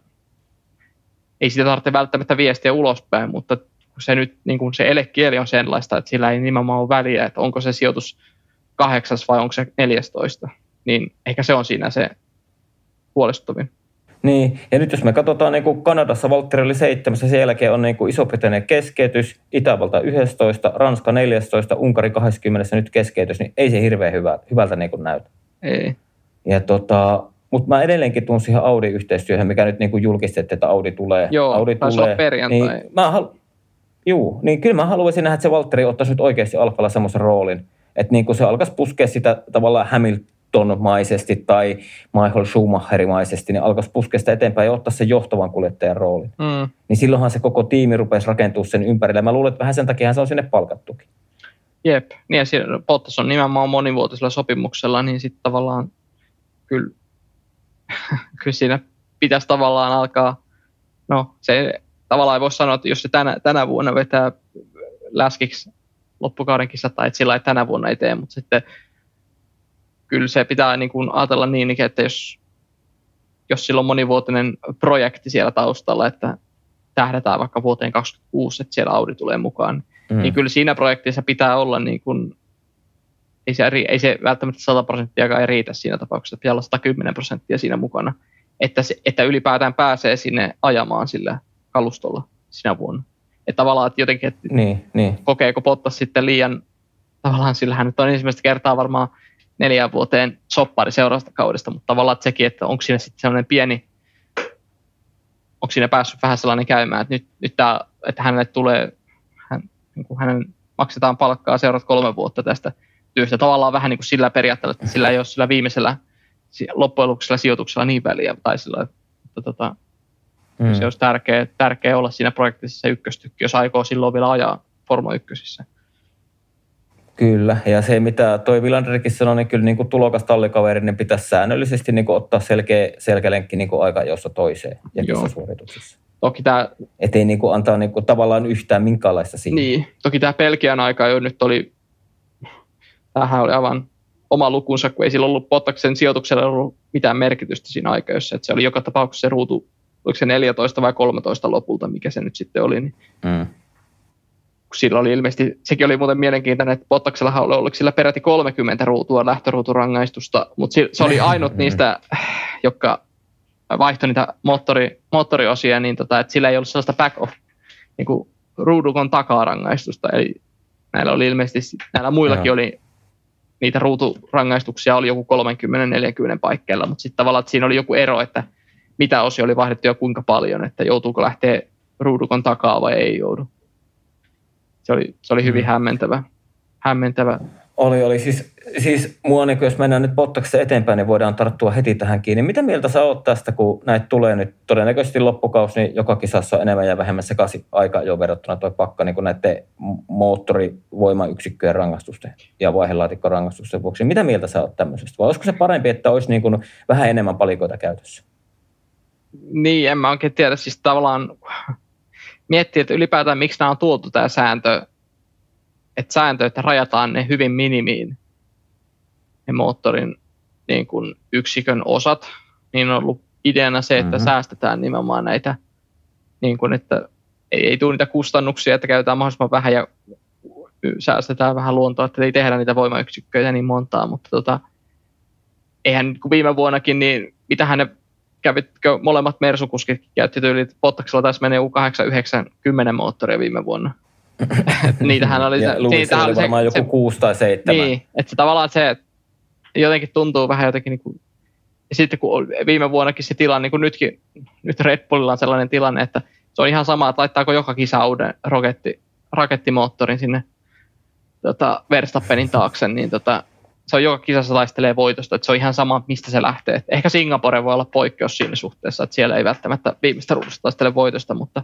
ei sitä tarvitse välttämättä viestiä ulospäin, mutta se nyt niin kuin se elekieli on sellaista, että sillä ei nimenomaan ole väliä, että onko se sijoitus 8 vai onko se 14, niin ehkä se on siinä se huolestuttavin. Niin, ja nyt jos me katsotaan niin kuin Kanadassa Valtteri oli 7, sen jälkeen on niin kuin Iso-Britannian keskeytys, Itävalta 11, Ranska 14, Unkari 20 nyt keskeytys, niin ei se hirveän hyvältä niin kuin näytä. Ei. Ja mutta mä edelleenkin tuun siihen Audi-yhteistyöhön, mikä nyt niin kuin julkistettiin, että Audi tulee. Joo, Audi taisi olla perjantai. Niin kyllä mä haluaisin nähdä, että se Valtteri ottaisi nyt oikeasti Alfalla semmoisen roolin, että niin kuin se alkaisi puskea sitä tavallaan Hamilton-maisesti tai Michael Schumacher-maisesti, niin alkaisi puskea sitä eteenpäin ja ottaa sen johtavan kuljettajan roolin. Niin silloinhan se koko tiimi rupesi rakentua sen ympärille. Mä luulen, että vähän sen takia se on sinne palkattukin. Jep, niin ja Bottas on nimenomaan monivuotisella sopimuksella, niin sitten tavallaan kyllä siinä pitäisi tavallaan alkaa, no se tavallaan ei voi sanoa, että jos se tänä vuonna vetää läskiksi loppukauden kisat, tai että sillä ei tänä vuonna ei tee, mutta sitten kyllä se pitää niin kuin ajatella niin, että jos sillä on monivuotinen projekti siellä taustalla, että tähdätään vaikka vuoteen 2026, että siellä Audi tulee mukaan, niin kyllä siinä projektissa pitää olla niin kuin, ei se välttämättä 100% ei riitä siinä tapauksessa, pitää olla 110% siinä mukana, että ylipäätään pääsee sinne ajamaan sillä kalustolla sinä vuonna. Että tavallaan, että jotenkin, että niin. kokeeko Bottas sitten liian, tavallaan sillähän nyt on ensimmäistä kertaa varmaan 4 vuoteen soppari seuraavasta kaudesta, mutta tavallaan että sekin, että onko siinä sitten sellainen pieni, onko siinä päässyt vähän sellainen käymään, että nyt tämä, että hänelle tulee, hänen maksetaan palkkaa seuraavat 3 vuotta tästä työstä. Tavallaan vähän niin kuin sillä periaatteella, että sillä ei ole sillä viimeisellä loppujen lopuksi sijoituksella niin väliä, tai sillä, että se olisi tärkeä olla siinä projektissa se ykköstykki, jos aikoo silloin vielä ajaa Formo 1. Kyllä, ja se mitä toi Villanderikin sanoi, niin kyllä niin kuin tulokas tallikaveri, niin pitäisi säännöllisesti niin kuin ottaa selkälenkki niin kuin aikajossa toiseen ja kisasuorituksessa. Toki tämä... Ettei niin kuin antaa niin kuin tavallaan yhtään minkäänlaista siinä. Niin, toki tämä Belgian aika jo nyt oli, tämähän oli aivan oma lukunsa, kun ei sillä ollut Bottaksen sijoituksella ollut mitään merkitystä siinä aikajossa, että se oli joka tapauksessa se ruutu, oliko se 14 vai 13 lopulta, mikä se nyt sitten oli, niin sillä oli ilmeisesti, sekin oli muuten mielenkiintoinen, että Bottaksellahan oli ollut sillä peräti 30 ruutua lähtöruuturangaistusta, mutta se oli ainut niistä, jotka vaihtoi niitä moottoriosia, niin että sillä ei ollut sellaista back-off niin kuin ruudukon takarangaistusta, eli näillä oli ilmeisesti, näillä muillakin oli niitä ruuturangaistuksia oli joku 30-40 paikkeilla, mutta sitten tavallaan että siinä oli joku ero, että mitä osia oli vaihdettu ja kuinka paljon, että joutuuko lähteä ruudukon takaa vai ei joudu. Se oli hyvin hämmentävä Oli. Siis mua, niin jos mennään nyt Bottaksessa eteenpäin, niin voidaan tarttua heti tähän kiinni. Mitä mieltä sä oot tästä, kun näitä tulee nyt todennäköisesti loppukausi, niin joka kisassa on enemmän ja vähemmän sekaisin aika jo verrattuna toi pakka niin kuin näiden moottorivoimayksikköjen rangaistusten ja vaihelaatikon rangaistusten vuoksi. Mitä mieltä sä oot tämmöisestä? Vai olisiko se parempi, että olisi niin kuin vähän enemmän palikoita käytössä? Niin, en mä oikein tiedä. Siis tavallaan miettiä, että ylipäätään miksi nämä on tuotu tämä sääntö, että rajataan ne hyvin minimiin, ne moottorin niin kuin yksikön osat, niin on ollut ideana se, että säästetään nimenomaan näitä, niin kuin, että ei tule niitä kustannuksia, että käytetään mahdollisimman vähän ja säästetään vähän luontoa, että ei tehdä niitä voimayksikköjä niin montaa, mutta eihän kun viime vuonnakin, niin mitähän ne kävitkö molemmat Mersukuskit käytti tyyli, että Bottaksella taisi mennä joku 8, 9, 10 moottoria viime vuonna. Niitähän oli ja Lewisilla oli varmaan joku 6 tai 7. Niin, että tavallaan se jotenkin tuntuu vähän jotenkin niin kuin, ja sitten kun viime vuonnakin se tilanne, niin kuin nyt Red Bullilla on sellainen tilanne, että se on ihan sama, että laittaako joka kisa uuden rakettimoottorin sinne Verstappenin taakse, niin se on joka kisassa taistelee voitosta, että se on ihan sama, mistä se lähtee. Et ehkä Singapore voi olla poikkeus siinä suhteessa, että siellä ei välttämättä viimeistä ruudusta taistele voitosta, mutta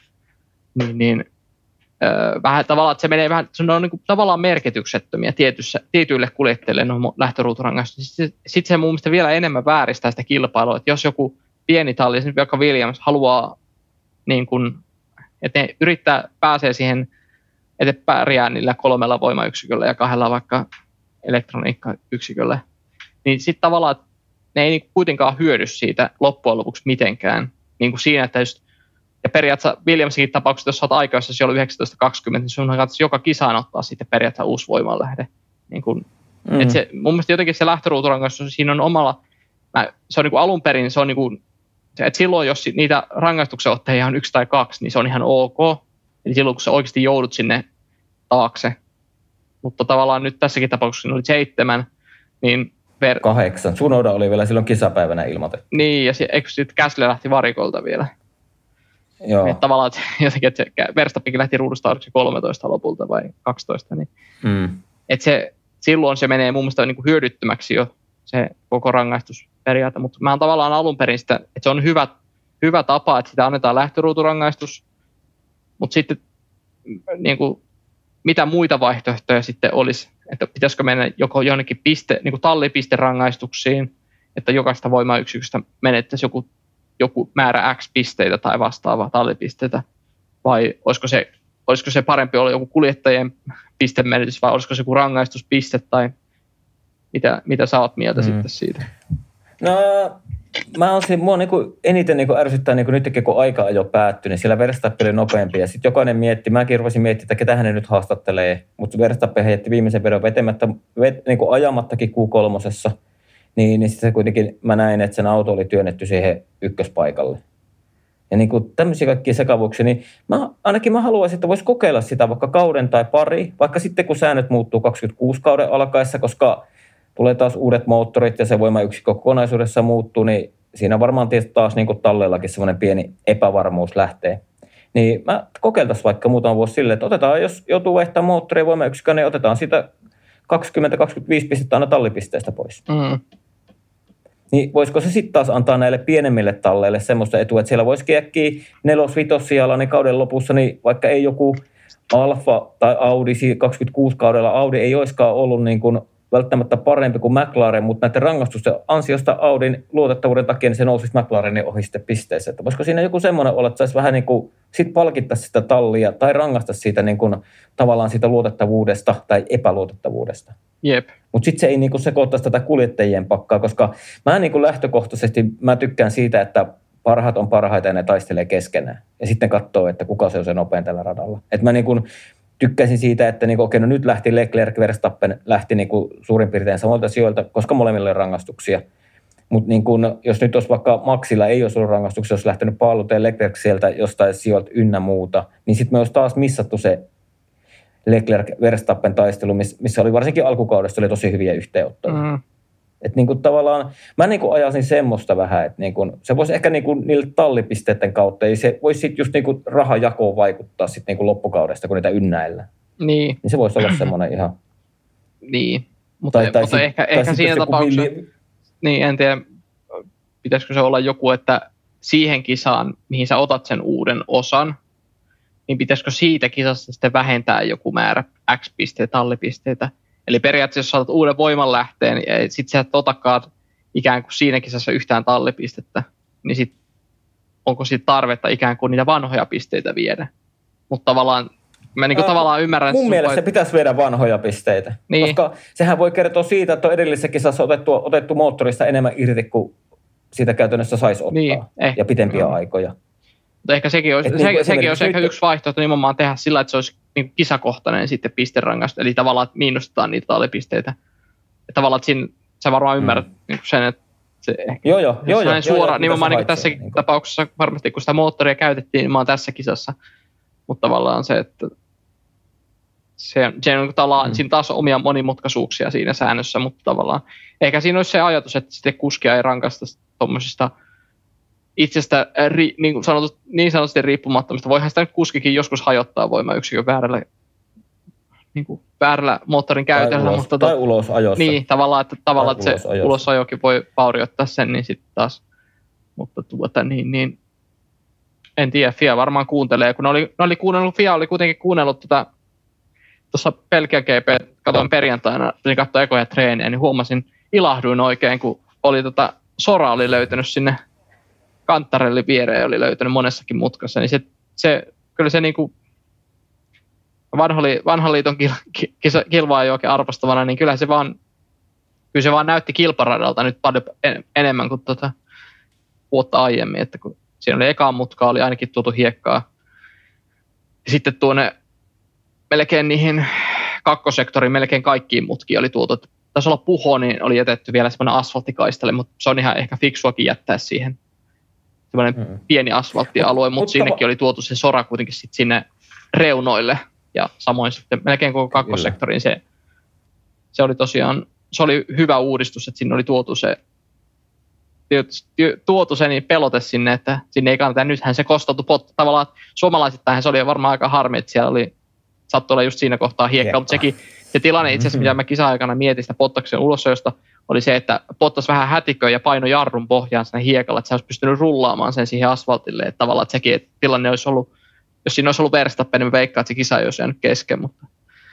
vähän tavallaan, että se menee vähän, se on niin kuin tavallaan merkityksettömiä tietyille kuljettajille no lähtöruuturangaistus. Sitten se mun mielestä vielä enemmän vääristää sitä kilpailua, että jos joku pieni talli, esimerkiksi vaikka Williams, haluaa, niin kuin, että ne pääsee siihen, että pärjää niillä 3 voimayksiköllä ja 2 vaikka elektroniikkayksiköllä, niin sitten tavallaan ne ei niin kuitenkaan hyödy siitä loppujen lopuksi mitenkään. Niin kuin siinä, että just, ja periaatteessa Williamsinkin tapauksessa, jos olet aikaisessa siellä 19-20, niin sun kannattaa joka kisaan ottaa sitten periaatteessa uusi voimanlähde. Niin kuin, että se, mun mielestä jotenkin se lähtöruuturangaistus, siinä on omalla, se on niin kuin alun perin, se on niin kuin, että silloin jos niitä rangaistuksen ottajia on 1 tai 2, niin se on ihan ok. Eli silloin kun sä oikeasti joudut sinne taakse. Mutta tavallaan nyt tässäkin tapauksessa oli 7, niin 8. Tsunoda oli vielä silloin kisapäivänä ilmoitettu. Niin, ja eikö sitten Gasly lähti varikolta vielä? Joo. Että tavallaan, että jotenkin, että Verstappenkin lähti ruudusta 13 lopulta vai 12, niin että silloin se menee mun mielestä niin kuin hyödyttömäksi jo se koko rangaistusperiaate, mutta mä oon tavallaan alun perin sitä, että se on hyvä tapa, että sitä annetaan lähtöruuturangaistus, mutta sitten niin kuin, mitä muita vaihtoehtoja sitten olisi, että pitäisikö mennä joko jonnekin niin kuin tallipisterangaistuksiin, että jokaista voimayksiköstä menettäisiin joku määrä X pisteitä tai vastaavaa tallipisteitä, vai olisiko se parempi olla joku kuljettajien pistemenetys, vai olisiko se joku rangaistuspiste, tai mitä sä oot mieltä sitten siitä? No, mua niinku eniten niinku ärsyttää niinku nytkin, kun aika jo päättyi, niin siellä Verstappen oli nopeampi, ja sitten jokainen mietti, mäkin ruvasin miettimään, että ketä hän nyt haastattelee, mutta Verstappen heitti viimeisen vedon vetemättä, niinku ajamattakin Q3, niin sitten se kuitenkin, mä näin, että sen auto oli työnnetty siihen ykköspaikalle. Ja niin kuin tämmöisiä kaikkia sekavuuksia, niin mä haluaisin, että voisi kokeilla sitä vaikka kauden tai pari, vaikka sitten kun säännöt muuttuu 26 kauden alkaessa, koska tulee taas uudet moottorit ja se voimayksikkö kokonaisuudessa muuttuu, niin siinä varmaan taas niin kuin talleillakin semmoinen pieni epävarmuus lähtee. Niin mä kokeiltaisiin vaikka muutama vuosi silleen, että otetaan, jos joutuu vaihtamaan moottoria ja voimayksikkö, niin otetaan siitä 20-25 pistettä aina tallipisteestä pois. Niin voisiko se sitten taas antaa näille pienemmille talleille semmoista etua, että siellä voisi äkkiä 4-5 sijalla niin kauden lopussa, niin vaikka ei joku Alfa tai Audi 26 kaudella, Audi ei olisikaan ollut niin kuin välttämättä parempi kuin McLaren, mutta näiden rangaistusten ansiosta Audin luotettavuuden takia niin se nousisi McLarenin ohi sitten pisteeseen. Että voisiko siinä joku semmoinen olla, että saisi vähän niin kuin sit palkittaa sitä tallia tai rangaista siitä niin kuin, tavallaan siitä luotettavuudesta tai epäluotettavuudesta. Jep. Mutta sitten se ei niin kuin sekoittaisi tätä kuljettajien pakkaa, koska mä niin kuin lähtökohtaisesti mä tykkään siitä, että parhaat on parhaita ja ne taistelee keskenään. Ja sitten katsoo, että kuka se on se nopein tällä radalla. Että mä niin kuin tykkäsin siitä, että niin okei, no nyt lähti Leclerc, Verstappen lähti niin kuin suurin piirtein samalta sijoilta, koska molemmille rangaistuksia. Mutta niin jos nyt olisi vaikka Maxilla ei olisi ollut rangaistuksia, olisi lähtenyt paaluteen Leclerc sieltä jostain sijoilta ynnä muuta, niin sitten me olisi taas missattu se Leclerc-Verstappen taistelu, missä oli varsinkin alkukaudesta oli tosi hyviä yhteenottoja. Että niin kuin tavallaan, mä niin kuin ajasin semmoista vähän, että niin kuin, se voisi ehkä niin kuin niille tallipisteiden kautta, ei se voisi sitten just niin kuin rahajakoon vaikuttaa sitten niin kuin loppukaudesta, kun niitä ynnäillä. Niin se voisi olla semmoinen ihan Niin, mutta ehkä siinä tapauksessa, niin en tiedä, pitäisikö se olla joku, että siihen kisaan, mihin sä otat sen uuden osan, niin pitäisikö siitä kisasta sitten vähentää joku määrä X-pisteitä, tallipisteitä. Eli periaatteessa, jos saatat uuden voimanlähteen, ja sitten sä et otakaan ikään kuin siinä kisassa yhtään tallipistettä, niin sit onko siitä tarvetta ikään kuin niitä vanhoja pisteitä viedä. Mutta tavallaan, mä niin kuin tavallaan ymmärrän... Mun mielestä se pitäisi viedä vanhoja pisteitä, niin. Koska sehän voi kertoa siitä, että on edellisessä kisassa otettu moottorista enemmän irti kuin siitä käytännössä saisi ottaa, niin, ja pitempiä aikoja. Mutta ehkä sekin olisi ehkä yksi vaihtoehto nimenomaan tehdä sillä, että se olisi niin kisakohtainen sitten pisterangasta, eli tavallaan, että miinustetaan niitä tallipisteitä. Ja tavallaan, että siinä sä varmaan ymmärrät niin sen, että se ehkä suora, nimenomaan niin tässä tapauksessa varmasti, kun sitä moottoria käytettiin, niin mä oon tässä kisassa. Mutta tavallaan se, että se on tavallaan, siinä taas on omia monimutkaisuuksia siinä säännössä, mutta tavallaan ehkä siinä olisi se ajatus, että sitten kuskia ei rankasta tuommoisista itsestä niin sanotusti riippumattomista. Voihan sitä nyt kuskikin joskus hajottaa voimayksikön väärällä moottorin käytöllä. Tai ulosajossa. Niin, tavallaan, että se ulosajokin voi vaurioittaa sen, niin sitten taas. Mutta niin, en tiedä, FIA varmaan kuuntelee. Kun FIA oli kuitenkin kuunnellut tuossa Belgian GP, katsoin perjantaina, niin katsoin ekoja treeniä, niin ilahduin oikein, kun oli Sora oli löytänyt sinne Kantarellin viereen, oli löytänyt monessakin mutkassa, niin kyllä se niinku vanhan liiton kilvaa jo oikein arvostavana, niin kyllä se vaan näytti kilparadalta nyt paljon enemmän kuin vuotta aiemmin, että kun siinä oli eka mutka, oli ainakin tuotu hiekkaa. Ja sitten tuonne melkein niihin kakkosektoriin, melkein kaikkiin mutkiin oli tuotu. Taisi olla Puho, niin oli jätetty vielä semmoinen asfalttikaistale, mutta se on ihan ehkä fiksuakin jättää siihen semmoinen pieni asfalttialue, mutta sinnekin oli tuotu se Sora kuitenkin sit sinne reunoille. Ja samoin sitten melkein koko kakkosektoriin se oli tosiaan, se oli hyvä uudistus, että sinne oli tuotu se niin pelote sinne, että sinne ei kannata. Nythän se kostautui tavallaan, suomalaisittainhan se oli varmaan aika harmi, että siellä sattui olla just siinä kohtaa hiekkaa, mutta se tilanne itse asiassa, mitä mä kisa-aikana mietin sitä Bottaksen ulosajosta, oli se, että Bottas vähän hätiköi ja painoi jarrun pohjaan siinä hiekalla, että se olisi pystynyt rullaamaan sen siihen asfaltille, että tavallaan että sekin että tilanne olisi ollut, jos siinä olisi ollut Verstappen, niin veikkaa, että se kisa ei olisi jäänyt kesken, mutta...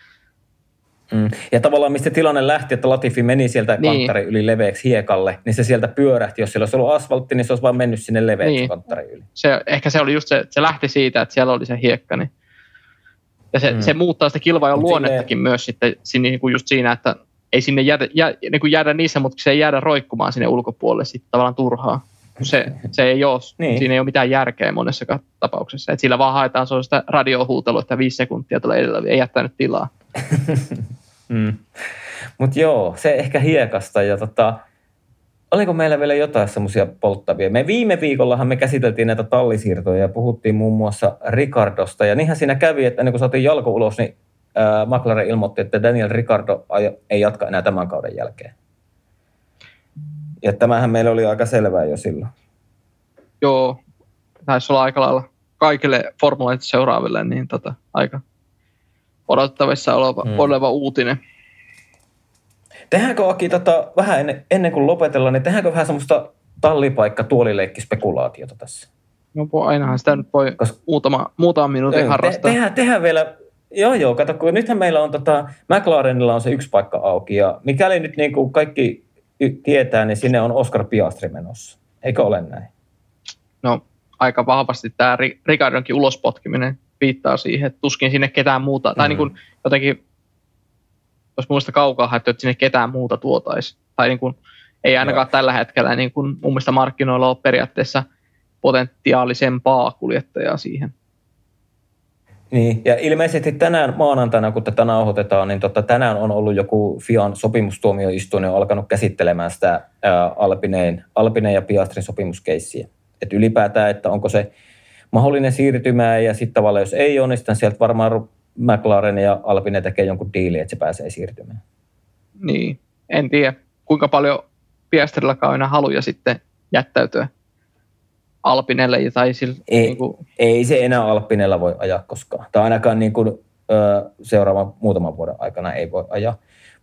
Ja tavallaan mistä tilanne lähti, että Latifi meni sieltä kanttarin yli leveäksi hiekalle, niin se sieltä pyörähti. Jos siellä olisi ollut asfaltti, niin se olisi vaan mennyt sinne leveäksi kanttarin yli. Ehkä se oli just se lähti siitä, että siellä oli se hiekka. Niin. Ja se muuttaa sitä kilvaajan luonnettakin myös sitten niin kuin just siinä, että ei sinne jäädä niissä, mutta se ei jäädä roikkumaan sinne ulkopuolelle sitten tavallaan turhaa. Se ei ole, siinä ei ole mitään järkeä monessakaan tapauksessa. Et sillä vaan haetaan sellaista radiohuutelua, että 5 sekuntia tulee edellä, ei jättänyt tilaa. Mutta joo, se ehkä hiekasta. Ja oliko meillä vielä jotain semmoisia polttavia? Me viime viikollahan me käsiteltiin näitä tallisiirtoja ja puhuttiin muun muassa Ricardosta. Ja niinhän siinä kävi, että ennen kuin saatiin jalko ulos, niin McLaren ilmoitti, että Daniel Ricciardo ei jatka enää tämän kauden jälkeen. Ja tämähän meillä oli aika selvää jo silloin. Joo, taisi olla aika lailla kaikille Formula 1 seuraaville niin aika odotettavissa oleva uutinen. Tehdäänkö Aki vähän ennen kuin lopetellaan, niin tehdäänkö vähän semmoista tallipaikka-tuolileikkispekulaatiota tässä? No ainahan sitä nyt voi muutaman minuutin harrastaa. Tehdään vielä, joo, kato, kun nythän meillä on McLarenilla on se yksi paikka auki, ja mikäli nyt niin kuin kaikki tietää, niin sinne on Oscar Piastri menossa. Eikö ole näin? No aika vahvasti tämä Ricciardonkin ulospotkiminen viittaa siihen, että tuskin sinne ketään muuta, tai niin kuin jotenkin, jos muista kaukaa haettu, että sinne ketään muuta tuotaisi. Tai niin kuin, ei ainakaan tällä hetkellä niin kuin mun mielestä markkinoilla ole periaatteessa potentiaalisempaa kuljettajaa siihen. Niin, ja ilmeisesti tänään maanantaina, kun tätä nauhoitetaan, niin tänään on ollut joku FIAn sopimustuomioistuin on alkanut käsittelemään sitä Alpineen ja Piastrin sopimuskeissiä. Että ylipäätään, että onko se mahdollinen siirtymä, ja sitten tavallaan jos ei ole, niin sitten sieltä varmaan McLaren ja Alpine tekee jonkun diilin, että se pääsee siirtymään. Niin, en tiedä kuinka paljon Piastrillakaan on enää haluja sitten jättäytyä Alpinelle. Tai ei se enää Alpinella voi ajaa koskaan. Tai ainakaan niin kuin, seuraavan muutaman vuoden aikana ei voi ajaa.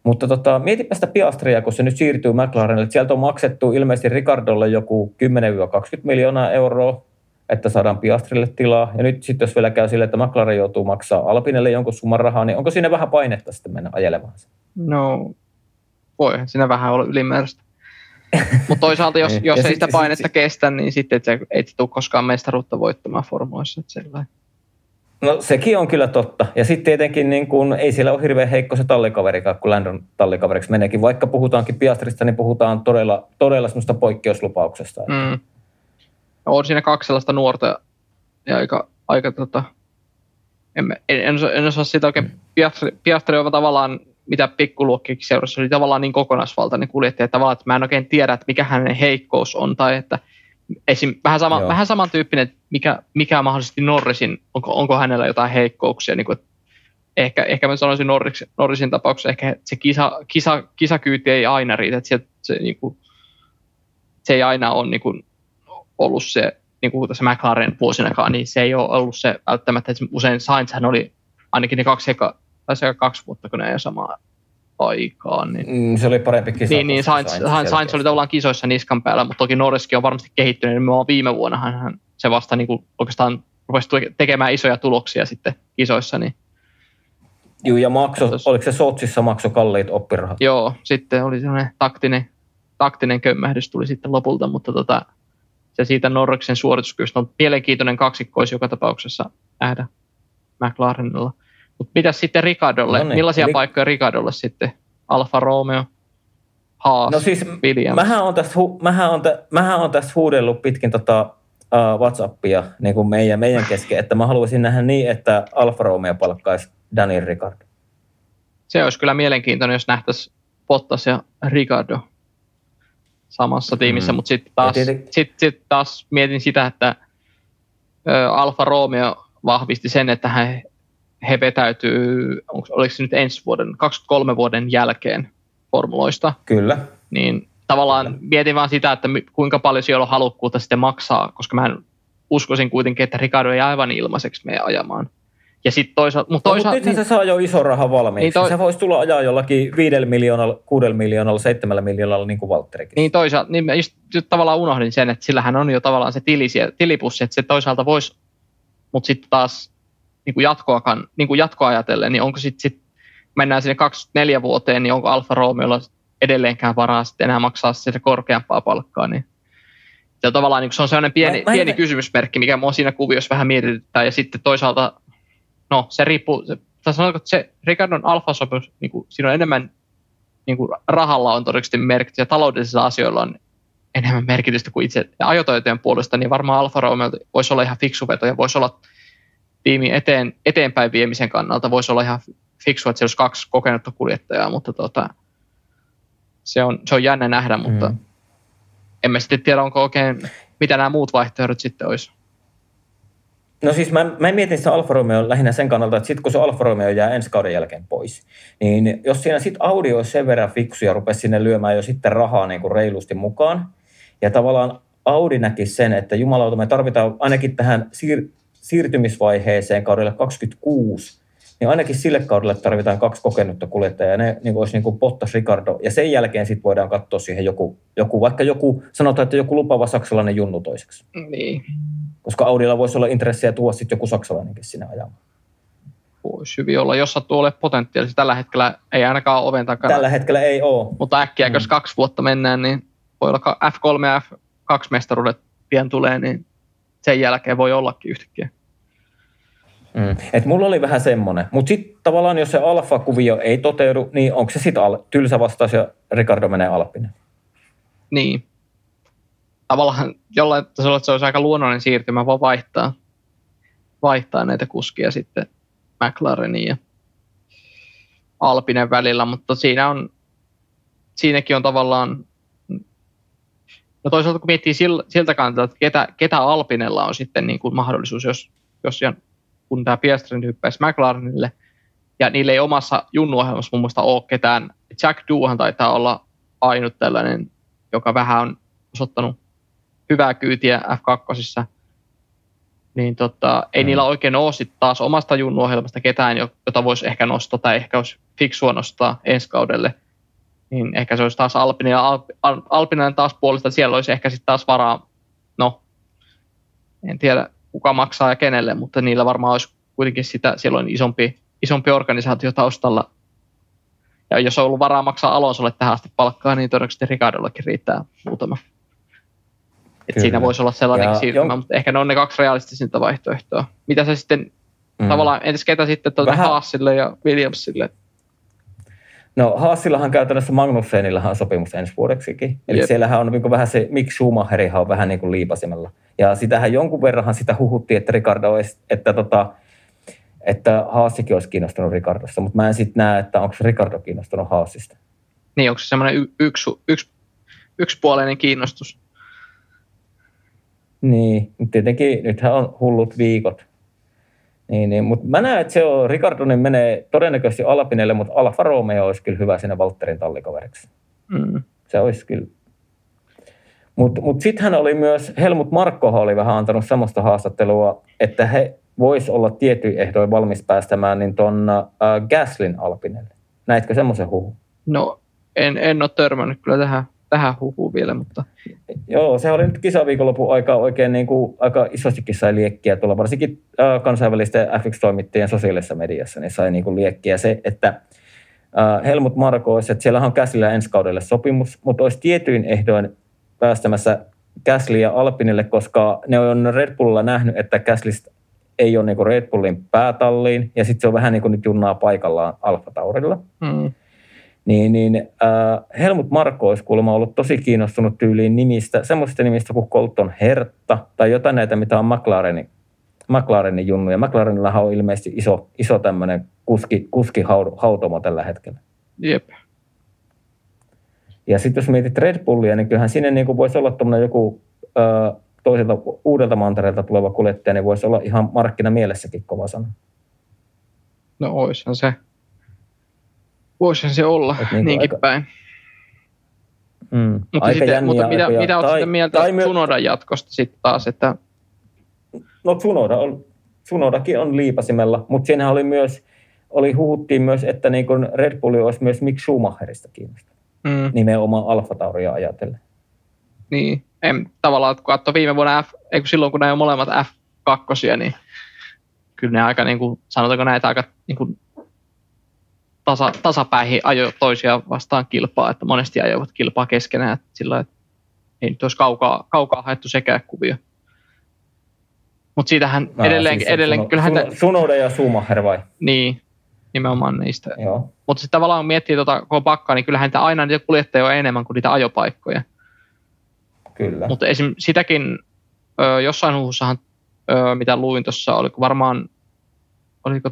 Mutta mietipä sitä Piastria, kun se nyt siirtyy McLarenille. Sieltä on maksettu ilmeisesti Ricardolle joku 10-20 miljoonaa euroa, että saadaan Piastrille tilaa. Ja nyt sitten jos vielä käy sille, että McLaren joutuu maksaa Alpinelle jonkun summan rahaa, niin onko siinä vähän painetta sitten mennä ajelemaan sen? No, voihan siinä vähän olla ylimääräistä. Mutta toisaalta, jos ei sitä painetta kestä, niin sitten et se tule koskaan mestaruutta voittamaan formuissa. No sekin on kyllä totta. Ja sitten tietenkin niin kun, ei siellä ole hirveän heikko se tallikaverikaan, kun Landon tallikaveriksi meneekin. Vaikka puhutaankin Piastrista, niin puhutaan todella semmoista poikkeuslupauksesta. On siinä kaksi sellaista nuorta ja aika en osaa siitä oikein. Piastri on tavallaan, mitä pikkuluokkiakin seurassa, oli tavallaan niin kokonaisvaltainen kuljettaja, että mä en oikein tiedä, että mikä hänen heikkous on, tai että esim. Vähän samantyyppinen, mikä mahdollisesti Norrisin, onko hänellä jotain heikkouksia, niin kuin, ehkä mä sanoisin Norrisin tapauksessa, ehkä se kisakyyti ei aina riitä, että se ei aina ole niin kuin, ollut se, niin kuin tässä McLaren vuosinakaan, niin se ei ole ollut se välttämättä, että usein Sainzhän oli ainakin ne 2 vuotta, kun ne ei samaan aikaan. Niin. Se oli parempi kisa. Niin Sainz oli tavallaan kisoissa niskan päällä, mutta toki Norriskin on varmasti kehittynyt. Niin viime vuonnahan se vasta niin kuin oikeastaan rupesi tekemään isoja tuloksia sitten kisoissa. Niin. Joo, ja oliko se Sotsissa makso kalliit oppirahat? Joo, sitten oli sellainen taktinen kömmähdys tuli sitten lopulta, mutta se siitä Norriksen suorituskyvystä on mielenkiintoinen kaksikko olisi joka tapauksessa nähdä McLarenilla. Mutta mitäs sitten Ricardolle? No niin, millaisia paikkoja Ricardolle sitten? Alfa Romeo, Haas, no siis, Williams? Mähän on tässä huudellut pitkin WhatsAppia niin kuin meidän kesken, että mä haluaisin nähdä niin, että Alfa Romeo palkkaisi Daniel Ricciardo. Se olisi kyllä mielenkiintoinen, jos nähtäisiin Bottas ja Ricciardo samassa tiimissä, mutta sitten taas mietin sitä, että Alfa Romeo vahvisti sen, että he vetäytyy, oliko se nyt ensi vuoden, 23 vuoden jälkeen formuloista. Kyllä. Niin tavallaan mietin vaan sitä, että kuinka paljon siellä on halukkuutta sitten maksaa, koska mä uskoisin kuitenkin, että Ricciardo ei aivan ilmaiseksi mene ajamaan. Ja sitten toisaalta... Mutta nythän se saa jo iso raha valmiiksi. Se voisi tulla ajaa jollakin 5 miljoonalla, 6 miljoonalla, 7 miljoonalla, niin kuin Valtterikin. Niin toisaalta, niin just tavallaan unohdin sen, että sillähän on jo tavallaan se tilipussi, että se toisaalta voisi, mutta sitten taas niin kuin jatkoa ajatellen, niin onko sitten mennään sinne 24 vuoteen, niin onko Alfa Romeolla edelleenkään varaa sitten enää maksaa sitä korkeampaa palkkaa, niin se on tavallaan niin se on sellainen pieni kysymysmerkki, mikä mua siinä kuviossa vähän mietityttää, ja sitten toisaalta, no se riippuu, sanotaanko, että se Ricciardon Alfa-sopimus, niin kuin, siinä on enemmän niin kuin rahalla on todennäköisesti merkitystä, ja taloudellisilla asioilla on enemmän merkitystä kuin itse ajotaitojen puolesta, niin varmaan Alfa Romeo voisi olla ihan fiksu veto, ja voisi olla tiimin eteenpäin viemisen kannalta voisi olla ihan fiksua, että se olisi 2 kokenutta kuljettajaa, mutta se on jännä nähdä, mutta en mä sitten tiedä, onko oikein, mitä nämä muut vaihtoehdot sitten olisi. No siis mä mietin sitä Alfa Romeo lähinnä sen kannalta, että sitten kun se Alfa Romeo jää ensi kauden jälkeen pois, niin jos siinä sitten Audi olisi sen verran fiksu ja rupesi sinne lyömään jo sitten rahaa niin kuin reilusti mukaan, ja tavallaan Audi näki sen, että jumalauta, me tarvitaan ainakin tähän siirtymisvaiheeseen kaudelle 26, niin ainakin sille kaudelle tarvitaan 2 kokenutta kuljettajaa, ja ne niin olisi niin kuin Bottas, Ricciardo, ja sen jälkeen sitten voidaan katsoa siihen vaikka sanotaan, että joku lupaava saksalainen junnu toiseksi. Niin. Koska Audilla voisi olla intressiä tuoda sitten joku saksalainenkin sinne ajamaan. Voisi hyvin olla, jos sattuu olemaan potentiaalisesti. Tällä hetkellä ei ainakaan ole oven takana. Tällä hetkellä ei ole. Mutta äkkiä, jos 2 vuotta mennään, niin voi olla F3 ja F2-mestaruudet pian tulee, niin sen jälkeen voi ollakin yhtäkkiä. Et mulla oli vähän semmoinen. Mutta sitten tavallaan, jos se alfa-kuvio ei toteudu, niin onko se sitten tylsä vastaus ja Ricciardo menee Alpine? Niin. Tavallaan jollain tasolla se olisi aika luonnollinen siirtymä, vaan vaihtaa näitä kuskia sitten McLarenin ja Alpinen välillä, mutta siinäkin on tavallaan, no toisaalta kun miettii siltä kannalta, että ketä Alpinella on sitten niin kuin mahdollisuus, jos kun tämä Piastri hyppäisi McLarenille, ja niillä ei omassa junnuohjelmassa mun mielestä ole ketään. Jack Doohan taitaa olla ainut tällainen, joka vähän on osoittanut hyvää kyytiä F2. niin ei niillä oikein ole sitten taas omasta junnuohjelmasta ketään, jota voisi ehkä nostaa tai ehkä olisi fiksua nostaa ensi kaudelle. Niin ehkä se olisi taas Alpine ja Alpinen taas puolesta, että siellä olisi ehkä sitten taas varaa, no en tiedä kuka maksaa ja kenelle, mutta niillä varmaan olisi kuitenkin siellä on isompi organisaatio taustalla. Ja jos on ollut varaa maksaa Alonsolle tähän asti palkkaa, niin todennäköisesti Ricardollekin riittää muutama. Et siinä voisi olla sellainen siirtymä, mutta ehkä ne on ne 2 realistisinta vaihtoehtoa. Mitä se sitten, tavallaan, entäs ketä sitten Haasille ja Williamsille? No Haasillahan käytännössä Magnussenillahan on sopimus ensi vuodeksikin. Eli siellähän on niin vähän se, Mick Schumacherihan on vähän niin kuin liipasimella. Ja sitähän jonkun verranhan sitä huhuttiin, että Ricardo olisi, että Haasikin olisi kiinnostunut Ricardosta, mutta mä en sitten näe, että onko Ricardo kiinnostunut Haasista. Niin, onko se semmoinen yksipuoleinen kiinnostus? Niin, tietenkin nythän on hullut viikot. Niin, mutta mä näen, että se on, Ricardonen menee todennäköisesti Alpinelle, mutta Alfa Romeo olisi kyllä hyvä siinä Valtterin tallikaveriksi. Se olisi kyllä. Mutta sittenhän oli myös, Helmut Markkohan oli vähän antanut samasta haastattelua, että he vois olla tietyin ehdoin valmis päästämään niin ton Gaslyn Alpinelle. Näitkö semmoisen huhun? No, en ole törmännyt kyllä tähän huhuun vielä, mutta... Joo, se oli nyt kisaviikonlopun aikaa oikein niin kuin, aika isostikin sai liekkiä tuolla, varsinkin kansainvälisten FX-toimittajien sosiaalisessa mediassa, niin sai niin kuin liekkiä se, että Helmut Marko olisi, että siellähän on Gaslylla ensi kaudelle sopimus, mutta olisi tietyin ehdoin päästämässä Gasly ja Alpinille, koska ne on Red Bullilla nähnyt, että Gaslystä ei ole niin kuin Red Bullin päätalliin, ja sitten se on vähän niin kuin nyt junnaa paikallaan Alfa Taurilla. Helmut Marko olisi kuulemma ollut tosi kiinnostunut tyyliin semmoisista nimistä kuin Colton Herta, tai jotain näitä, mitä on McLarenin junnu, ja McLarenillahan on ilmeisesti iso tämmöinen kuskihautomo tällä hetkellä. Jep. Ja sitten jos mietit Red Bullia, niin kyllähän sinne niin kuin voisi olla tuommoinen joku toiselta uudelta mantereelta tuleva kuljettaja, niin voisi olla ihan markkinamielessäkin kova sana. No oishan se. Voisihan se olla niin niinkin aika, päin. Mutta mitä olet sitten mieltä Tsunodan jatkosta sitten taas? Että... No Tsunodakin on liipasimella, mutta siinä huhuttiin myös, että niin kun Red Bulli olisi myös Mick Schumacherista kiinnostunut. Nimenomaan Alfa Tauria ajatellen. Niin, tavallaan kun katsoi viime vuonna silloin kun ne on molemmat F2, niin kyllä ne aika, niin kuin, sanotaanko näitä aika niin kuin tasapäihin ajoi toisia vastaan kilpaa, että monesti ajoivat kilpaa keskenään, että sillä että ei nyt olisi kaukaa haettu sekään kuvio. Mutta siitähän edelleen kyllähän... Tsunoda ja Schumacher vai? Niin, nimenomaan niistä. Mutta sitten tavallaan miettii kun on pakkaa, niin kyllähän aina niitä kuljettajia on enemmän kuin niitä ajopaikkoja. Kyllä. Mutta esim. Sitäkin jossain huussahan, mitä luin tuossa, oliko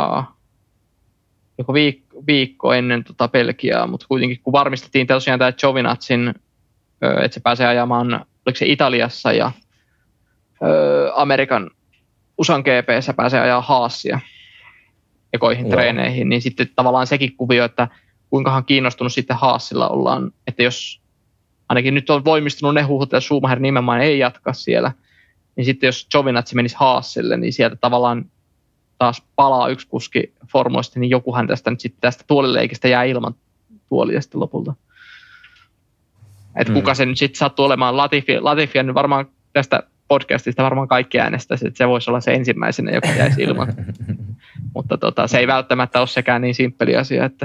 joku viikko ennen Belgiaa, mutta kuitenkin kun varmistettiin tosiaan tämä Giovinazin, että se pääsee ajamaan, oliko se Italiassa ja Amerikan USAn GP:ssä pääsee ajaa Haasia ekoihin treeneihin, niin sitten tavallaan sekin kuvio, että kuinkahan kiinnostunut sitten Haasilla ollaan, että jos ainakin nyt on voimistunut ne huhut, että Schumacher nimenomaan ei jatka siellä, niin sitten jos Giovinazzi menisi Haasille, niin sieltä tavallaan taas palaa yksi kuski formuista, niin jokuhan tästä tuolileikistä jää ilman tuolia sitten lopulta. Että kuka se nyt sitten sattuu olemaan Latifi, niin varmaan tästä podcastista varmaan kaikki äänestäisi, että se voisi olla se ensimmäisenä, joka jäisi ilman. Mutta se ei välttämättä ole sekään niin simppeli asia, että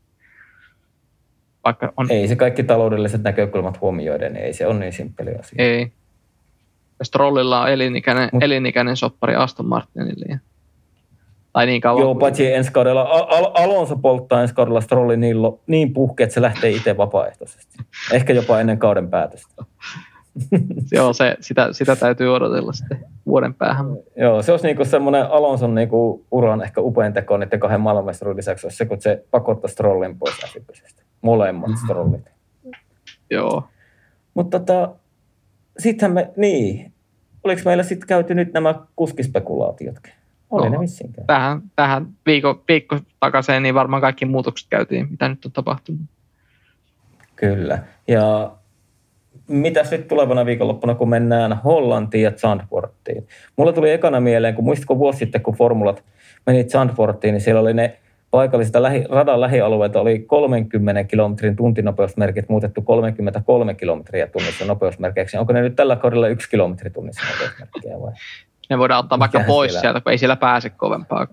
vaikka on... Ei se kaikki taloudelliset näkökulmat huomioiden, niin ei se ole niin simppeli asia. Ei. Strollilla on elinikäinen soppari Aston Martinille. Tai niin kauan. Joo, paitsi ensi kaudella. Alonso polttaa ensi kaudella Strollin niin puhki, että se lähtee itse vapaaehtoisesti. Ehkä jopa ennen kauden päätöstä. Joo, sitä täytyy odotella sitten vuoden päähän. Joo, se olisi niinku semmoinen Alonson niinku uran ehkä upein teko niiden 2 maailmanmestaruuden lisäksi, olisi se, kun se pakottaa Strollin pois F1:stä. Molemmat Strollit. Joo. Mutta sittenhän oliko meillä sitten käyty nyt nämä kuskispekulaatiotkin? Oli ne missinkään. Tähän viikko takaisin, niin varmaan kaikki muutokset käytiin, mitä nyt on tapahtunut. Kyllä. Ja mitäs nyt tulevana viikonloppuna, kun mennään Hollantiin ja Zandvoortiin? Mulla tuli ekana mieleen, kun muistatko vuosi sitten, kun formulat meni Zandvoortiin, niin siellä oli ne paikalliset radan lähialueita oli 30 kilometrin tuntinopeusmerkit muutettu 33 kilometriä tunnissa nopeusmerkeiksi. Onko ne nyt tällä kaudella 1 kilometri tunnissa nopeusmerkkiä vai? Ne voidaan ottaa vaikka pois sieltä, kun ei siellä pääse kovempaa.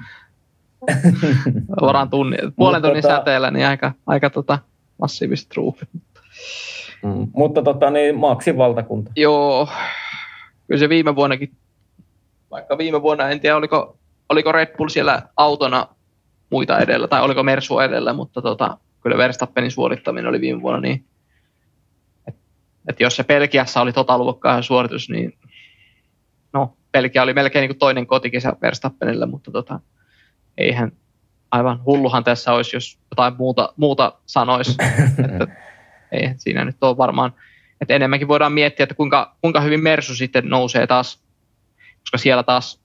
Varaan puolen tunnin säteellä, niin aika massiiviset ruufit. Mutta niin Maxin valtakunta. Joo, kyllä se viime vuonnakin, vaikka viime vuonna en tiedä oliko Red Bull siellä autona muita edellä, tai oliko Mersu edellä, mutta kyllä Verstappenin suorittaminen oli viime vuonna niin, että jos se Belgiassa oli luokkaa suoritus, niin no Belgia oli melkein niin kuin toinen kotikisä Verstappenille, mutta eihän aivan hulluhan tässä olisi, jos jotain muuta sanoisi, että ei siinä nyt ole varmaan, että enemmänkin voidaan miettiä, että kuinka hyvin Mersu sitten nousee taas, koska siellä taas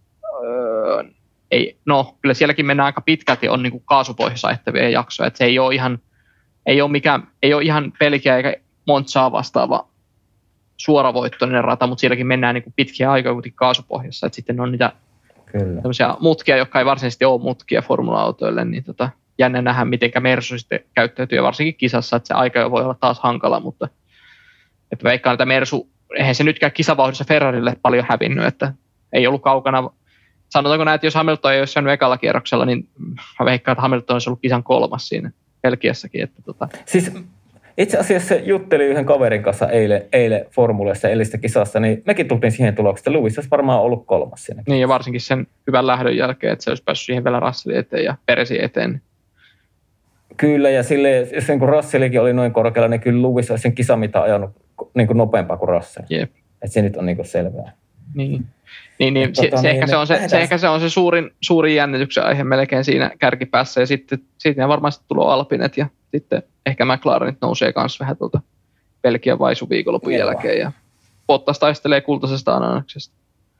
kyllä sielläkin mennään aika pitkälti, on niin kuin kaasupohjassa ajettavia jaksoja, että se ei ole ihan Belgia eikä Monzaa vastaava suoravoittoinen rata, mutta sielläkin mennään niin kuin pitkiä aikaa kuitenkin kaasupohjassa, että sitten on niitä tämmöisiä mutkia, jotka ei varsinaisesti ole mutkia formula-autoille, niin jännä nähdä, miten Mersu sitten käyttäytyy, ja varsinkin kisassa, että se aika jo voi olla taas hankala, mutta että veikkaan, että Mersu, eihän se nytkään kisavauhdissa Ferrarille paljon hävinnyt, että ei ollut kaukana. Sanotaanko näin, että jos Hamilton ei olisi syönyt ekalla kierroksella, niin mä veikkaan, että Hamilton olisi ollut kisan 3 siinä Belgiassakin. Että Siis itse asiassa juttelin yhden kaverin kanssa eilen Formulassa eilistä kisassa, niin mekin tultiin siihen tulokseen, että Lewis olisi varmaan ollut 3 siinä. Niin, ja varsinkin sen hyvän lähdön jälkeen, että se olisi päässyt siihen vielä Russellin eteen ja Peresin eteen. Kyllä, ja silleen, jos niin Russellikin oli noin korkealla, niin kyllä Lewis olisi sen kisamitan ajanut niin kuin nopeampaa kuin Russell. Jep. Että se nyt on niin kuin selvää. Niin. Ehkä se on se suurin jännityksen aihe melkein siinä kärkipäässä, ja sitten ne varmasti tulee Alpinet, ja sitten ehkä McLarenit nousee myös vähän tuolta Belgian vaisuviikonlopun jälkeen, ja Bottas taistelee kultaisesta ananaksesta.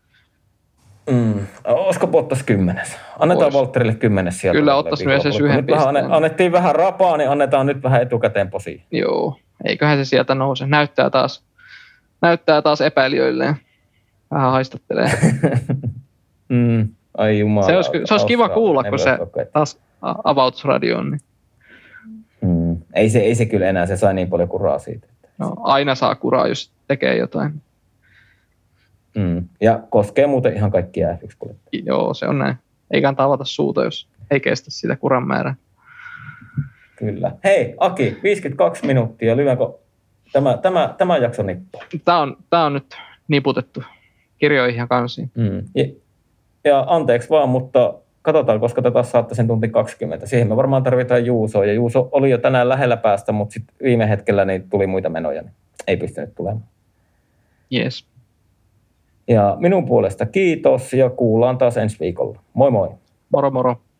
Olisiko Bottas 10? Annetaan Valtterille 10 sieltä. Kyllä ottaisi myös se yhden pisteen. Annettiin vähän rapaa, niin annetaan nyt vähän etukäteen posiin. Joo, eiköhän se sieltä nouse. Näyttää taas epäilijöilleen. Vähän haistattelee. Ai jumala. Se olisi kiva kuulla, kun se taas avautusradioon. Niin. Ei se kyllä enää, se sai niin paljon kuraa siitä. No, aina saa kuraa, jos tekee jotain. Ja koskee muuten ihan kaikkia F1-kuljettajia. Joo, se on näin. Ei kannata avata suuta, jos ei kestä sitä kuran määrää. Kyllä. Hei, Aki, 52 minuuttia. Lyönkö tämä jakso nippaa? Tämä on nyt niputettu kirjoihin ja kansiin. Ja anteeksi vaan, mutta katsotaan, koska te taas saatte sen tunti 20. Siihen me varmaan tarvitaan Juusoa. Ja Juuso oli jo tänään lähellä päästä, mutta sitten viime hetkellä niin tuli muita menoja. Niin ei pystynyt tulemaan. Yes. Ja minun puolesta kiitos ja kuullaan taas ensi viikolla. Moi moi. Moro moro.